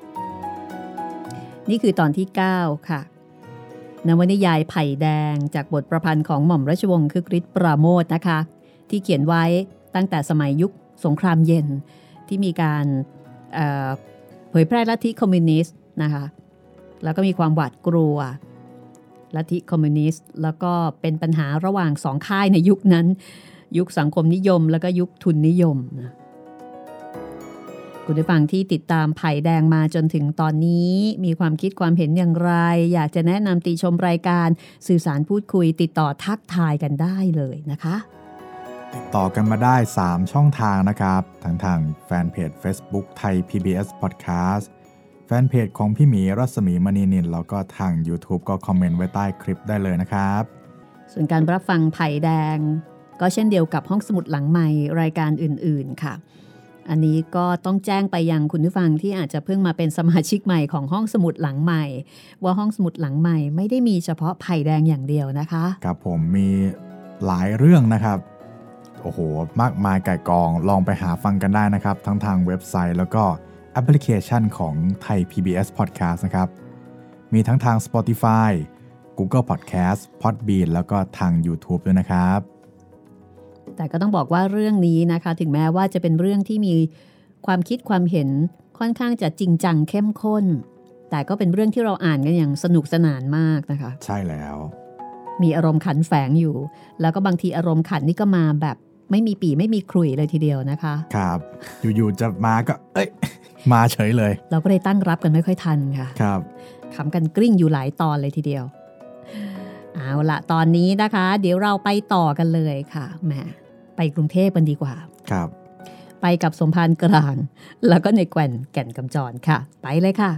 นี่คือตอนที่เก้าค่ะนวนิยายไผ่แดงจากบทประพันธ์ของหม่อมราชวงศ์คึกฤทธิ์ปราโมทนะคะที่เขียนไว้ตั้งแต่สมัยยุคสงครามเย็นที่มีการเอ่อเผยแพร่ลัทธิคอมมิวนิสต์นะคะแล้วก็มีความหวาดกลัวลัทธิคอมมิวนิสต์แล้วก็เป็นปัญหาระหว่างสองค่ายในยุคนั้นยุคสังคมนิยมแล้วก็ยุคทุนนิยมนะคุณผู้ฟังที่ติดตามไผ่แดงมาจนถึงตอนนี้มีความคิดความเห็นอย่างไรอยากจะแนะนำติชมรายการสื่อสารพูดคุยติดต่อทักทายกันได้เลยนะคะติดต่อกันมาได้สามช่องทางนะครับทั้งทางแฟนเพจ Facebook ไทย พี บี เอส Podcast แฟนเพจของพี่หมีรัศมีมณีนินแล้วก็ทาง YouTube ก็คอมเมนต์ไว้ใต้คลิปได้เลยนะครับส่วนการรับฟังไผ่แดงก็เช่นเดียวกับห้องสมุดหลังใหม่รายการอื่นๆค่ะอันนี้ก็ต้องแจ้งไปยังคุณผู้ฟังที่อาจจะเพิ่งมาเป็นสมาชิกใหม่ของห้องสมุดหลังใหม่ว่าห้องสมุดหลังใหม่ไม่ได้มีเฉพาะไผ่แดงอย่างเดียวนะคะครับผมมีหลายเรื่องนะครับโอ้โหมากมายไก่กองลองไปหาฟังกันได้นะครับทั้งทางเว็บไซต์แล้วก็แอปพลิเคชันของไทย พี บี เอส Podcast นะครับมีทั้งทาง Spotify Google Podcast Podbean แล้วก็ทาง YouTube ด้วยนะครับแต่ก็ต้องบอกว่าเรื่องนี้นะคะถึงแม้ว่าจะเป็นเรื่องที่มีความคิดความเห็นค่อนข้างจะจริงจังเข้มข้นแต่ก็เป็นเรื่องที่เราอ่านกันอย่างสนุกสนานมากนะคะใช่แล้วมีอารมณ์ขันแฝงอยู่แล้วก็บางทีอารมณ์ขันนี่ก็มาแบบไม่มีปีไม่มีขลุ่ยเลยทีเดียวนะคะครับอยู่ๆจะมาก็เอ้ยมาเฉยเลยเราก็เลยตั้งรับกันไม่ค่อยทันค่ะครับขำกันกลิ้งอยู่หลายตอนเลยทีเดียวเอาละตอนนี้นะคะเดี๋ยวเราไปต่อกันเลยค่ะแหมไปกรุงเทพกันดีกว่าครับไปกับสมภารกลางแล้วก็ในแก่นแก่นกำจรค่ะไปเลยค่ะ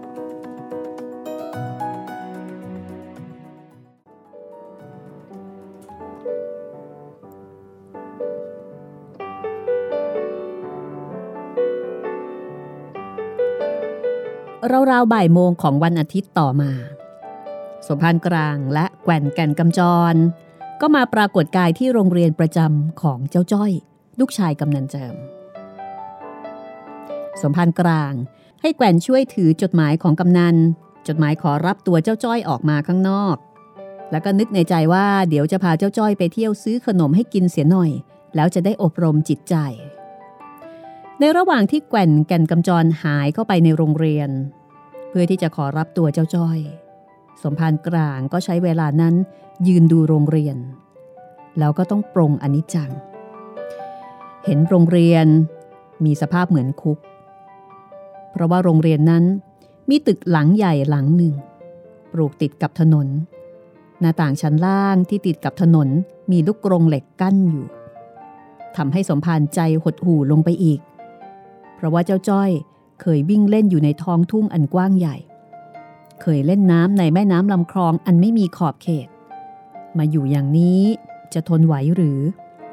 ราวๆบ่ายโมงของวันอาทิตย์ต่อมาสมภารกลางและแก่นแก่นกำจรก็มาปรากฏกายที่โรงเรียนประจำของเจ้าจ้อยลูกชายกำนันเจิมสมภารกลางให้แก่นช่วยถือจดหมายของกำนันจดหมายขอรับตัวเจ้าจ้อยออกมาข้างนอกแล้วก็นึกในใจว่าเดี๋ยวจะพาเจ้าจ้อยไปเที่ยวซื้อขนมให้กินเสียหน่อยแล้วจะได้อบรมจิตใจในระหว่างที่แก่นแก่นกำจรหายเข้าไปในโรงเรียนเพื่อที่จะขอรับตัวเจ้าจ้อยสมภารกลางก็ใช้เวลานั้นยืนดูโรงเรียนแล้วก็ต้องปรงอนิจจังเห็นโรงเรียนมีสภาพเหมือนคุกเพราะว่าโรงเรียนนั้นมีตึกหลังใหญ่หลังหนึ่งปลูกติดกับถนนหน้าต่างชั้นล่างที่ติดกับถนนมีลูกกรงเหล็กกั้นอยู่ทำให้สมภารใจหดหู่ลงไปอีกเพราะว่าเจ้าจ้อยเคยวิ่งเล่นอยู่ในท้องทุ่งอันกว้างใหญ่เคยเล่นน้ำในแม่น้ำลำคลองอันไม่มีขอบเขตมาอยู่อย่างนี้จะทนไหวหรือ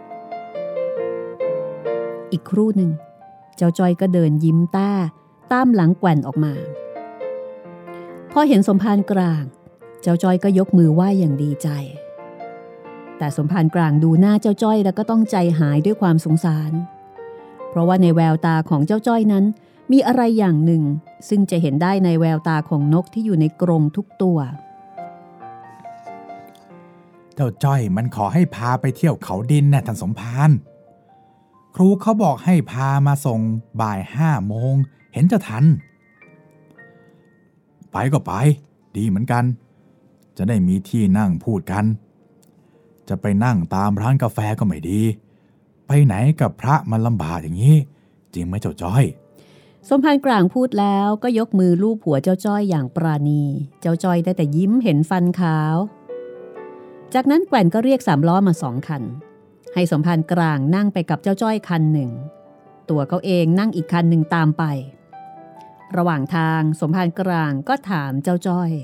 อีกครู่หนึ่งเจ้าจ้อยก็เดินยิ้มต้าตามหลังแก่นออกมาพอเห็นสมภารกลางเจ้าจ้อยก็ยกมือไหว้อย่างดีใจแต่สมภารกลางดูหน้าเจ้าจ้อยแล้วก็ต้องใจหายด้วยความสงสารเพราะว่าในแววตาของเจ้าจ้อยนั้นมีอะไรอย่างหนึ่งซึ่งจะเห็นได้ในแววตาของนกที่อยู่ในกรงทุกตัวเจ้าจ้อยมันขอให้พาไปเที่ยวเขาดินนะท่านสมภารครูเขาบอกให้พามาส่งบ่ายห้าโมงเห็นจะทันไปก็ไปดีเหมือนกันจะได้มีที่นั่งพูดกันจะไปนั่งตามร้านกาแฟก็ไม่ดีไปไหนกับพระมันลำบากอย่างนี้จริงไหมเจ้าจ้อยสมภารกลางพูดแล้วก็ยกมือลูบหัวเจ้าจ้อยอย่างปราณีเจ้าจ้อยได้แต่ยิ้มเห็นฟันขาวจากนั้นแก่นก็เรียกสามล้อมาสองคันให้สมภารกลางนั่งไปกับเจ้าจ้อยคันหนึ่งตัวเขาเองนั่งอีกคันหนึ่งตามไประหว่างทางสมภารกลางก็ถามเจ้าจ้อย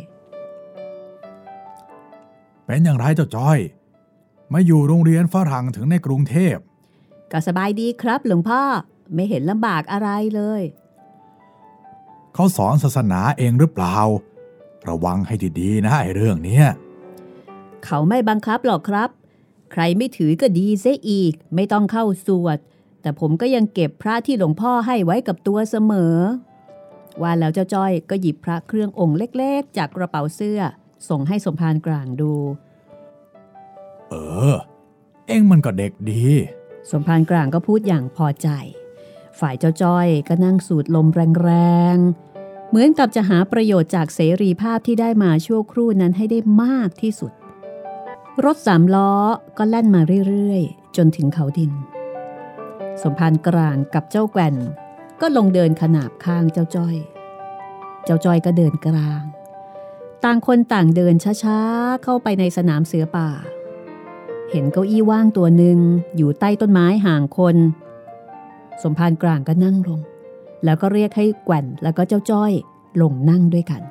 เป็นอย่างไรเจ้าจ้อยมาอยู่โรงเรียนฝรั่งถึงในกรุงเทพก็สบายดีครับหลวงพ่อไม่เห็นลำบากอะไรเลยเขาสอนศาสนาเองหรือเปล่าระวังให้ดีๆนะไอ้เรื่องนี้เขาไม่บังคับหรอกครับใครไม่ถือก็ดีเสียอีกไม่ต้องเข้าสวดแต่ผมก็ยังเก็บพระที่หลวงพ่อให้ไว้กับตัวเสมอว่าแล้วเจ้าจ้อยก็หยิบพระเครื่ององค์เล็กๆจากกระเป๋าเสื้อส่งให้สมภารกลางดูเออเอ็งมันก็เด็กดีสมภารกลางก็พูดอย่างพอใจฝ่ายเจ้าจ้อยก็นั่งสูดลมแรงๆเหมือนกับจะหาประโยชน์จากเสรีภาพที่ได้มาชั่วครู่นั้นให้ได้มากที่สุดรถสามล้อก็แล่นมาเรื่อยๆจนถึงเขาดินสมภารกลางกับเจ้าแกว่นก็ลงเดินขนาบข้างเจ้าจ้อยเจ้าจ้อยก็เดินกลางต่างคนต่างเดินช้าๆเข้าไปในสนามเสือป่าเห็นเก้าอี้ว่างตัวหนึ่งอยู่ใต้ต้นไม้ห่างคนสมภารกลางก็นั่งลงแล้วก็เรียกให้แกว่นแล้วก็เจ้าจ้อยลงนั่งด้วยกัน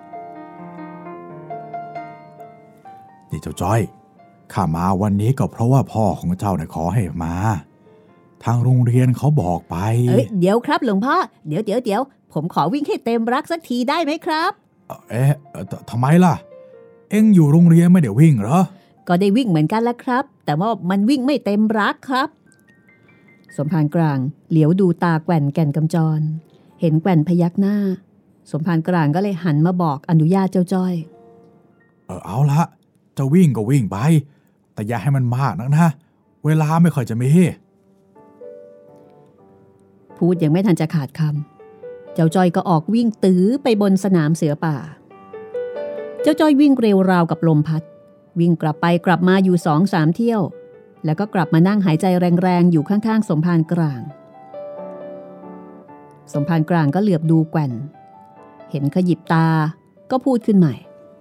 นี่เจ้าจ้อยข้ามาวันนี้ก็เพราะว่าพ่อของเจ้าเนี่ยขอให้มาทางโรงเรียนเขาบอกไปเอ้ยเดี๋ยวครับหลวงพ่อเดี๋ยวเดี๋ยวเดี๋ยวผมขอวิ่งให้เต็มรักสักทีได้ไหมครับเอ๊ะทำไมล่ะเอ็งอยู่โรงเรียนไม่ได้วิ่งเหรอก็ได้วิ่งเหมือนกันแล้วครับแต่ว่ามันวิ่งไม่เต็มรักครับสมภารกลางเหลียวดูตาแกว่นแก่นกำจรเห็นแกว่นพยักหน้าสมภารกลางก็เลยหันมาบอกอนุญาตเจ้าจ้อยเออเอาละจะวิ่งก็วิ่งไปแต่อย่าให้มันมากนักนะเวลาไม่ค่อยจะมีพูดยังไม่ทันจะขาดคำเจ้าจ้อยก็ออกวิ่งตื้อไปบนสนามเสือป่าเจ้าจ้อยวิ่งเร็วราวกับลมพัดวิ่งกลับไปกลับมาอยู่สองสามเที่ยวแล้วก็กลับมานั่งหายใจแรงๆอยู่ข้างๆสมภารกลางสมภารกลางก็เหลือบดูแกว่นเห็นขยิบตาก็พูดขึ้นใหม่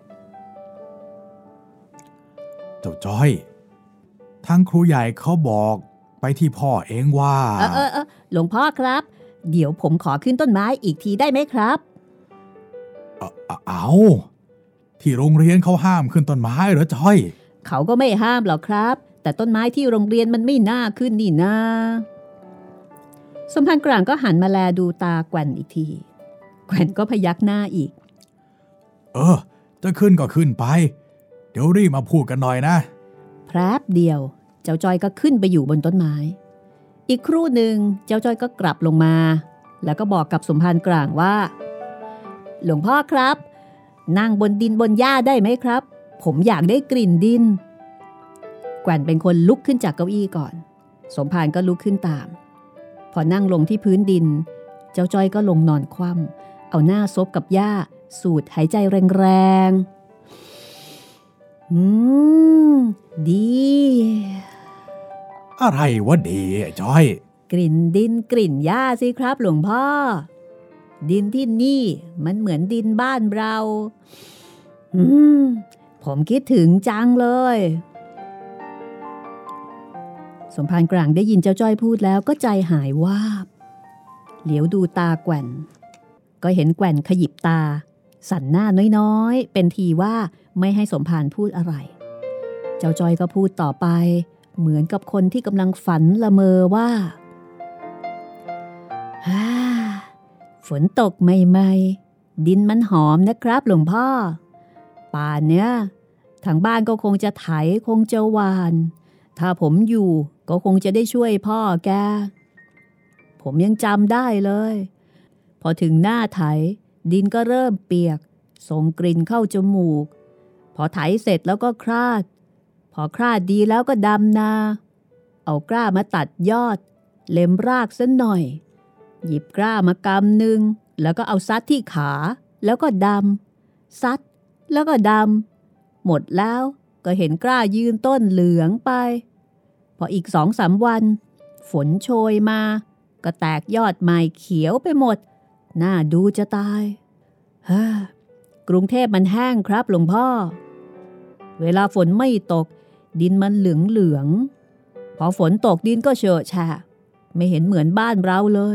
เจ้าจ้อยทางครูใหญ่เขาบอกไปที่พ่อเองว่าเออเออเออหลวงพ่อครับเดี๋ยวผมขอขึ้นต้นไม้อีกทีได้ไหมครับเออเอาที่โรงเรียนเขาห้ามขึ้นต้นไม้เหรอจ้อยเขาก็ไม่ห้ามหรอกครับแต่ต้นไม้ที่โรงเรียนมันไม่น่าขึ้นนี่นาสมภารกลางก็หันมาแลดูตาแกว่นอีกทีแกว่นก็พยักหน้าอีกเออจะขึ้นก็ขึ้นไปเดี๋ยวรีบมาพูดกันหน่อยนะแป๊บเดียวเจ้าจ้อยก็ขึ้นไปอยู่บนต้นไม้อีกครู่หนึ่งเจ้าจ้อยก็กลับลงมาแล้วก็บอกกับสมภารกลางว่าหลวงพ่อครับนั่งบนดินบนหญ้าได้ไหมครับผมอยากได้กลิ่นดินแกว่นเป็นคนลุกขึ้นจากเก้าอี้ก่อนสมภารก็ลุกขึ้นตามพอนั่งลงที่พื้นดินเจ้าจ้อยก็ลงนอนคว่ำเอาหน้าซบกับหญ้าสูดหายใจแรงๆอืมดีอะไรวะดีจ้อยกลิ่นดินกลิ่นหญ้าสิครับหลวงพ่อดินที่นี่มันเหมือนดินบ้านเราอืมผมคิดถึงจังเลยสมภารกลางได้ยินเจ้าจ้อยพูดแล้วก็ใจหายวาบเหลียวดูตาแกว่นก็เห็นแกว่นขยิบตาสั่นหน้าน้อยๆเป็นทีว่าไม่ให้สมภารพูดอะไรเจ้าจ้อยก็พูดต่อไปเหมือนกับคนที่กำลังฝันละเมอว่าฮ่าฝนตกใหม่ๆดินมันหอมนะครับหลวงพ่อป่านเนี้ยทางบ้านก็คงจะไถคงจะหว่านถ้าผมอยู่ก็คงจะได้ช่วยพ่อแกผมยังจำได้เลยพอถึงหน้าไถดินก็เริ่มเปียกส่งกลิ่นเข้าจมูกพอไถเสร็จแล้วก็คราดพอคราดดีแล้วก็ดำนาเอากล้ามาตัดยอดเล็มรากซะหน่อยหยิบกล้ามากำหนึ่งแล้วก็เอาซัดที่ขาแล้วก็ดำซัดแล้วก็ดำหมดแล้วก็เห็นกล้ายืนต้นเหลืองไปพออีกสองสามวันฝนโชยมาก็แตกยอดใหม่เขียวไปหมดน่าดูจะตายฮ่ากรุงเทพมันแห้งครับหลวงพ่อเวลาฝนไม่ตกดินมันเหลืองเหลืองพอฝนตกดินก็เฉอะแฉะไม่เห็นเหมือนบ้านเราเลย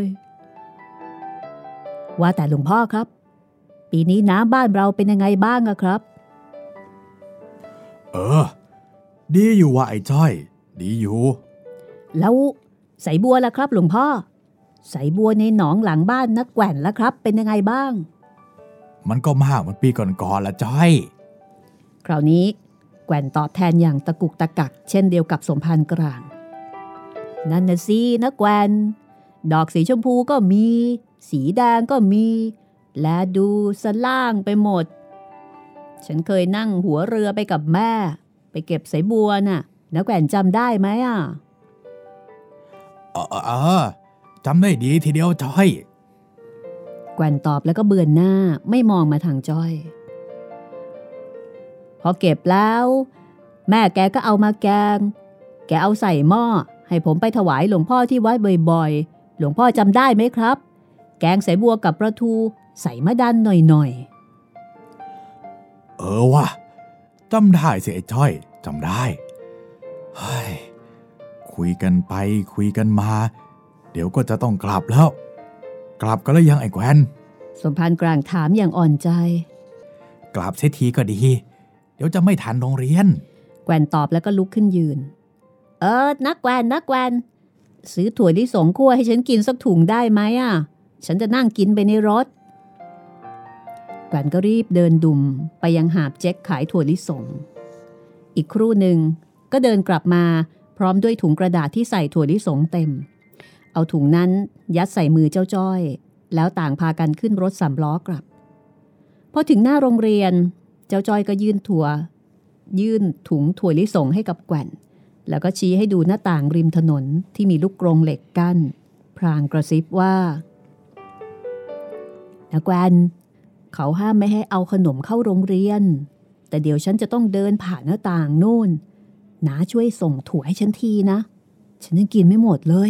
ว่าแต่หลวงพ่อครับปีนี้น้ำบ้านเราเป็นยังไงบ้างอะครับเออดีอยู่ว่ะไอ้จ้อยดีอยู่แล้วสายบัวล่ะครับหลวงพ่อสายบัวในหนองหลังบ้านนักแกว่นล่ะครับเป็นยังไงบ้างมันก็มากเหมือนปีก่อนๆละจ้อยคราวนี้แกว่นตอบแทนอย่างตะกุกตะกักเช่นเดียวกับสมภารกลางนั่นน่ะสินักแกว่นดอกสีชมพูก็มีสีแดงก็มีและดูสล่างไปหมดฉันเคยนั่งหัวเรือไปกับแม่ไปเก็บสายบัวน่ะนักแกว่นจำได้ไหมอ่ะเออเออจำได้ดีทีเดียวจ้อยแกว่นตอบแล้วก็เบือนหน้าไม่มองมาทางจ้อยพอเก็บแล้วแม่แกก็เอามาแกงแกเอาใส่หม้อให้ผมไปถวายหลวงพ่อที่วัดบ่อยๆหลวงพ่อจำได้ไหมครับแกงสายบัวกับปลาทูใส่มะดันหน่อยๆเออว่ะจำได้สิไอ้จ้อยจำได้เฮ้ยคุยกันไปคุยกันมาเดี๋ยวก็จะต้องกลับแล้วกลับกันแล้วยังไอ้แกวนสมภารกลางถามอย่างอ่อนใจกลับเสียทีก็ดีเดี๋ยวจะไม่ทันโรงเรียนแกวนตอบแล้วก็ลุกขึ้นยืนเออนักแกวนนักแกวนซื้อถั่วลิสงคั่วให้ฉันกินสักถุงได้ไหมอ่ะฉันจะนั่งกินไปในรถแกวนก็รีบเดินดุ่มไปยังหาบเจ๊กขายถั่วลิสงอีกครู่หนึ่งก็เดินกลับมาพร้อมด้วยถุงกระดาษที่ใส่ถั่วลิสงเต็มเอาถุงนั้นยัดใส่มือเจ้าจ้อยแล้วต่างพากันขึ้นรถสามล้อกลับพอถึงหน้าโรงเรียนเจ้าจ้อยก็ยื่นถั่วยื่นถุงถั่วลิสงให้กับแกวนแล้วก็ชี้ให้ดูหน้าต่างริมถนนที่มีลูกกรงเหล็กกั้นพลางกระซิบว่านะแกวนเขาห้ามไม่ให้เอาขนมเข้าโรงเรียนแต่เดี๋ยวฉันจะต้องเดินผ่านหน้าต่างนู่นน้าช่วยส่งถั่วให้ฉันทีนะฉันยังกินไม่หมดเลย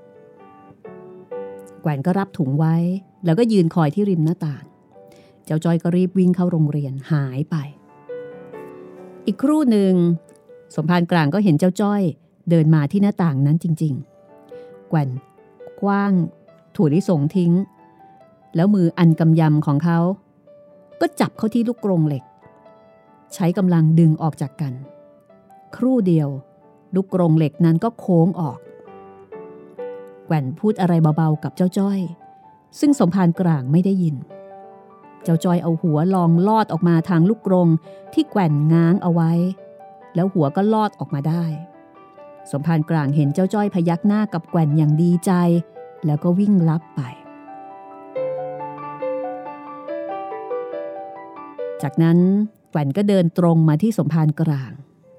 แกวนก็รับถุงไว้แล้วก็ยืนคอยที่ริมหน้าต่างเจ้าจ้อยก็รีบวิ่งเข้าโรงเรียนหายไปอีกครู่หนึ่งสมภารกลางก็เห็นเจ้าจ้อยเดินมาที่หน้าต่างนั้นจริงๆแกวนกว้างถั่วลิสงทิ้งแล้วมืออันกำยำของเขาก็จับเข้าที่ลูกกรงเหล็กใช้กำลังดึงออกจากกันครู่เดียวลูกกรงเหล็กนั้นก็โค้งออกแกวนพูดอะไรเบาๆกับเจ้าจ้อยซึ่งสมภารกลางไม่ได้ยินเจ้าจ้อยเอาหัวลองลอดออกมาทางลูกกรงที่แกวนง้างเอาไว้แล้วหัวก็ลอดออกมาได้สมภารกลางเห็นเจ้าจ้อยพยักหน้ากับแกวนอย่างดีใจแล้วก็วิ่งลับไปจากนั้นแกวนก็เดินตรงมาที่สมภารกลาง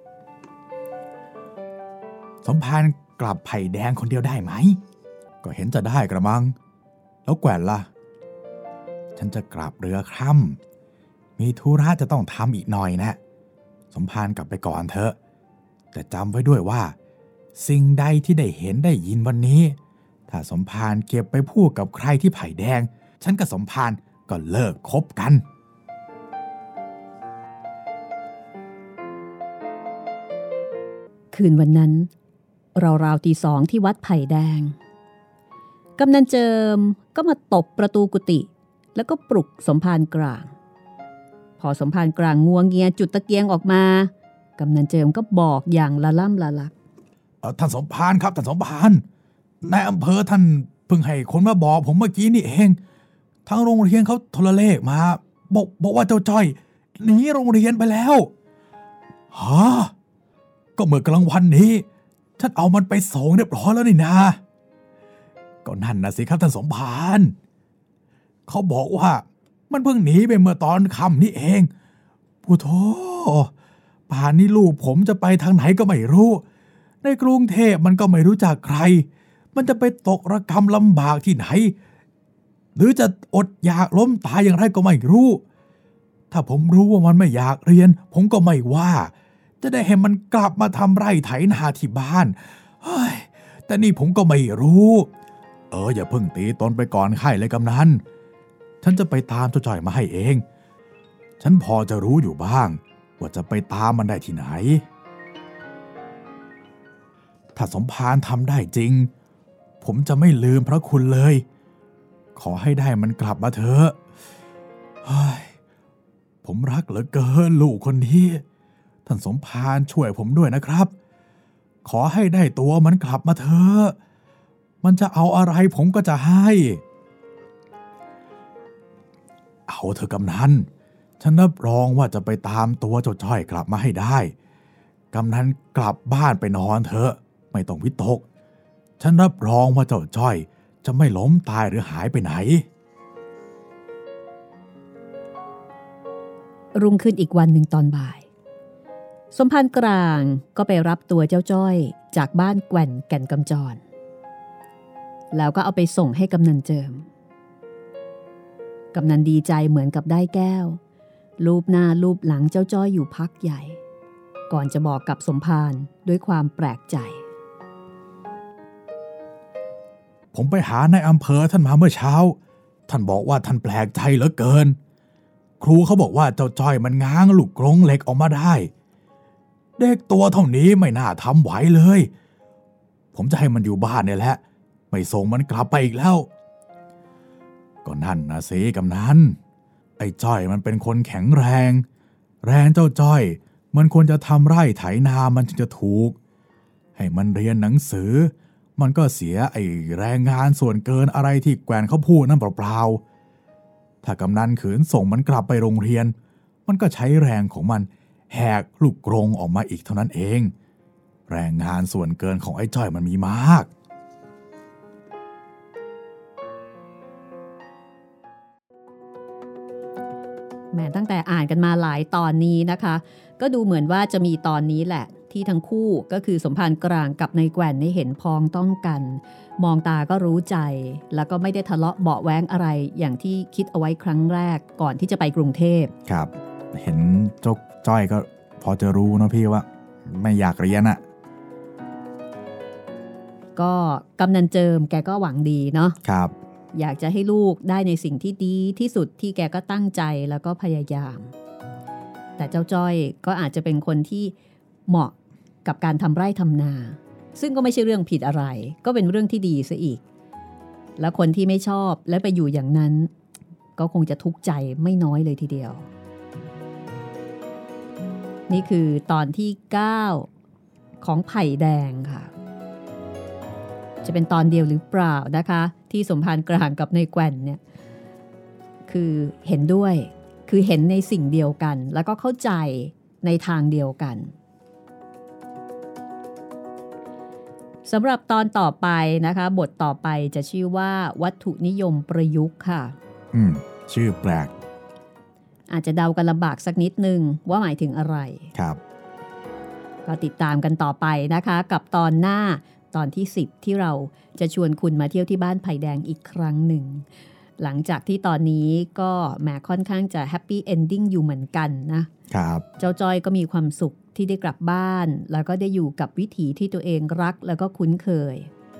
สมภารกลับไผ่แดงคนเดียวได้ไหมก็เห็นจะได้กระมังแล้วแกวนล่ะฉันจะกลับเรือค่ำมีธุระจะต้องทำอีกหน่อยนะสมภารกลับไปก่อนเถอะแต่จำไว้ด้วยว่าสิ่งใดที่ได้เห็นได้ยินวันนี้ถ้าสมภารเก็บไปพูดกับใครที่ไผ่แดงฉันกับสมภารก็เลิกคบกันคืนวันนั้นราวๆตีสองที่วัดไผ่แดงกำนันเจิมก็มาตบประตูกุฏิแล้วก็ปลุกสมภารกลางพอสมภารกลางงัวเงียจุดตะเกียงออกมากำนันเจิมก็บอกอย่างละล่ำละลักท่านสมภารครับท่านสมภารนายอำเภอท่านเพิ่งให้คนมาบอกผมเมื่อกี้นี่เองทางโรงเรียนเขาโทรเลขมาบอกบอกว่าเจ้าจ้อยหนีโรงเรียนไปแล้วฮะก็เมื่อกลางวันนี้ฉันเอามันไปส่งเรียบร้อยแล้วนี่นาก็นั่นนะสิครับท่านสมภารเขาบอกว่ามันเพิ่งหนีไปเมื่อตอนค่ำนี่เองพุทโธป่านนี้ลูกผมจะไปทางไหนก็ไม่รู้ในกรุงเทพมันก็ไม่รู้จักใครมันจะไปตกระกำลำบากที่ไหนหรือจะอดอยากล้มตายอย่างไรก็ไม่รู้ถ้าผมรู้ว่ามันไม่อยากเรียนผมก็ไม่ว่าจะได้ให้มันกลับมาทำไร่ไถนาที่บ้านเฮ้ยแต่นี่ผมก็ไม่รู้เอออย่าเพิ่งตีตนไปก่อนไข้เลยกำนันฉันจะไปตามเจ้าจ้อยมาให้เองฉันพอจะรู้อยู่บ้างว่าจะไปตามมันได้ที่ไหนถ้าสมภารทำได้จริงผมจะไม่ลืมพระคุณเลยขอให้ได้มันกลับมาเถอะผมรักเหลือเกินลูกคนนี้ท่านสมภารช่วยผมด้วยนะครับขอให้ได้ตัวมันกลับมาเถอะมันจะเอาอะไรผมก็จะให้เอาเถอะกำนันฉันรับรองว่าจะไปตามตัวเจ้าจ้อยกลับมาให้ได้กำนันกลับบ้านไปนอนเถอะไม่ต้องวิตกฉันรับรองว่าเจ้าจ้อยจะไม่ล้มตายหรือหายไปไหนรุ่งขึ้นอีกวันหนึ่งตอนบ่ายสมภารกลางก็ไปรับตัวเจ้าจ้อยจากบ้านแก่นแก่นกำจรแล้วก็เอาไปส่งให้กำนันเจิมกำนันดีใจเหมือนกับได้แก้วลูบหน้าลูบหลังเจ้าจ้อยอยู่พักใหญ่ก่อนจะบอกกับสมภารด้วยความแปลกใจผมไปหาในอำเภอท่านมาเมื่อเช้าท่านบอกว่าท่านแปลกใจเหลือเกินครูเขาบอกว่าเจ้าจ้อยมันง้างลูกกรงเหล็กออกมาได้เด็กตัวเท่านี้ไม่น่าทำไหวเลยผมจะให้มันอยู่บ้านเนี่ยแหละไม่ส่งมันกลับไปอีกแล้วก็นั่นนะสิกำนันไอ้จ้อยมันเป็นคนแข็งแรงแรงเจ้าจ้อยมันควรจะทำไร่ไถนามันจึงจะถูกให้มันเรียนหนังสือมันก็เสียไอ้แรงงานส่วนเกินอะไรที่แกวนเขาพูดนั่นเปล่าๆถ้ากำนันขืนส่งมันกลับไปโรงเรียนมันก็ใช้แรงของมันแหกลูกกรงออกมาอีกเท่านั้นเองแรงงานส่วนเกินของไอ้จ้อยมันมีมากแม้ตั้งแต่อ่านกันมาหลายตอนนี้นะคะก็ดูเหมือนว่าจะมีตอนนี้แหละที่ทั้งคู่ก็คือสมภารกลางกับนายแกว่นได้เห็นพ้องต้องกันมองตาก็รู้ใจแล้วก็ไม่ได้ทะเลาะเบาะแว้งอะไรอย่างที่คิดเอาไว้ครั้งแรกก่อนที่จะไปกรุงเทพครับเห็นเจ้าจ้อยก็พอจะรู้นะพี่ว่าไม่อยากเรียนอะก็กำนันเจิมแกก็หวังดีเนาะครับอยากจะให้ลูกได้ในสิ่งที่ดีที่สุดที่แกก็ตั้งใจแล้วก็พยายามแต่เจ้าจ้อยก็อาจจะเป็นคนที่เหมาะกับการทำไร่ทำนาซึ่งก็ไม่ใช่เรื่องผิดอะไรก็เป็นเรื่องที่ดีซะอีกแล้วคนที่ไม่ชอบและไปอยู่อย่างนั้นก็คงจะทุกข์ใจไม่น้อยเลยทีเดียวนี่คือตอนที่เก้าของไผ่แดงค่ะจะเป็นตอนเดียวหรือเปล่านะคะที่สมภารกลางกับนายแกว่นเนี่ยคือเห็นด้วยคือเห็นในสิ่งเดียวกันแล้วก็เข้าใจในทางเดียวกันสำหรับตอนต่อไปนะคะบทต่อไปจะชื่อว่าวัตถุนิยมประยุกต์ค่ะอืมชื่อแปลกอาจจะเดากันลำบากสักนิดนึงว่าหมายถึงอะไรครับก็ติดตามกันต่อไปนะคะกับตอนหน้าตอนที่สิบที่เราจะชวนคุณมาเที่ยวที่บ้านไผ่แดงอีกครั้งหนึ่งหลังจากที่ตอนนี้ก็แหมค่อนข้างจะแฮปปี้เอนดิ้งอยู่เหมือนกันนะครับเจ้าจอยก็มีความสุขที่ได้กลับบ้านแล้วก็ได้อยู่กับวิถีที่ตัวเองรักแล้วก็คุ้นเคย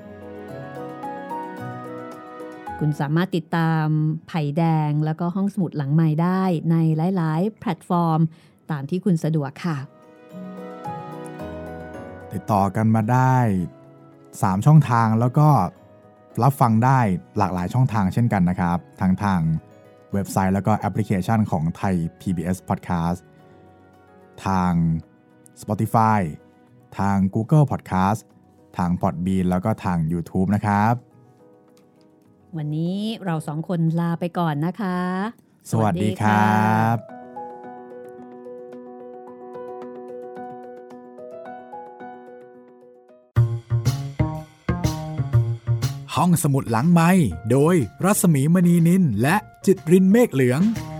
คุณสามารถติดตามไผ่แดงแล้วก็ห้องสมุดหลังใหม่ได้ในหลายๆแพลตฟอร์มตามที่คุณสะดวกค่ะติดต่อกันมาได้สามช่องทางแล้วก็รับฟังได้หลากหลายช่องทางเช่นกันนะครับทั้งทางเว็บไซต์แล้วก็แอปพลิเคชันของไทย พี บี เอส Podcast ทาง Spotify ทาง Google Podcast ทาง Podbean แล้วก็ทาง YouTube นะครับวันนี้เราสองคนลาไปก่อนนะคะสวัสดีครับห้องสมุดหลังไมค์โดยรัศมีมณีนินและจิตรินเมฆเหลือง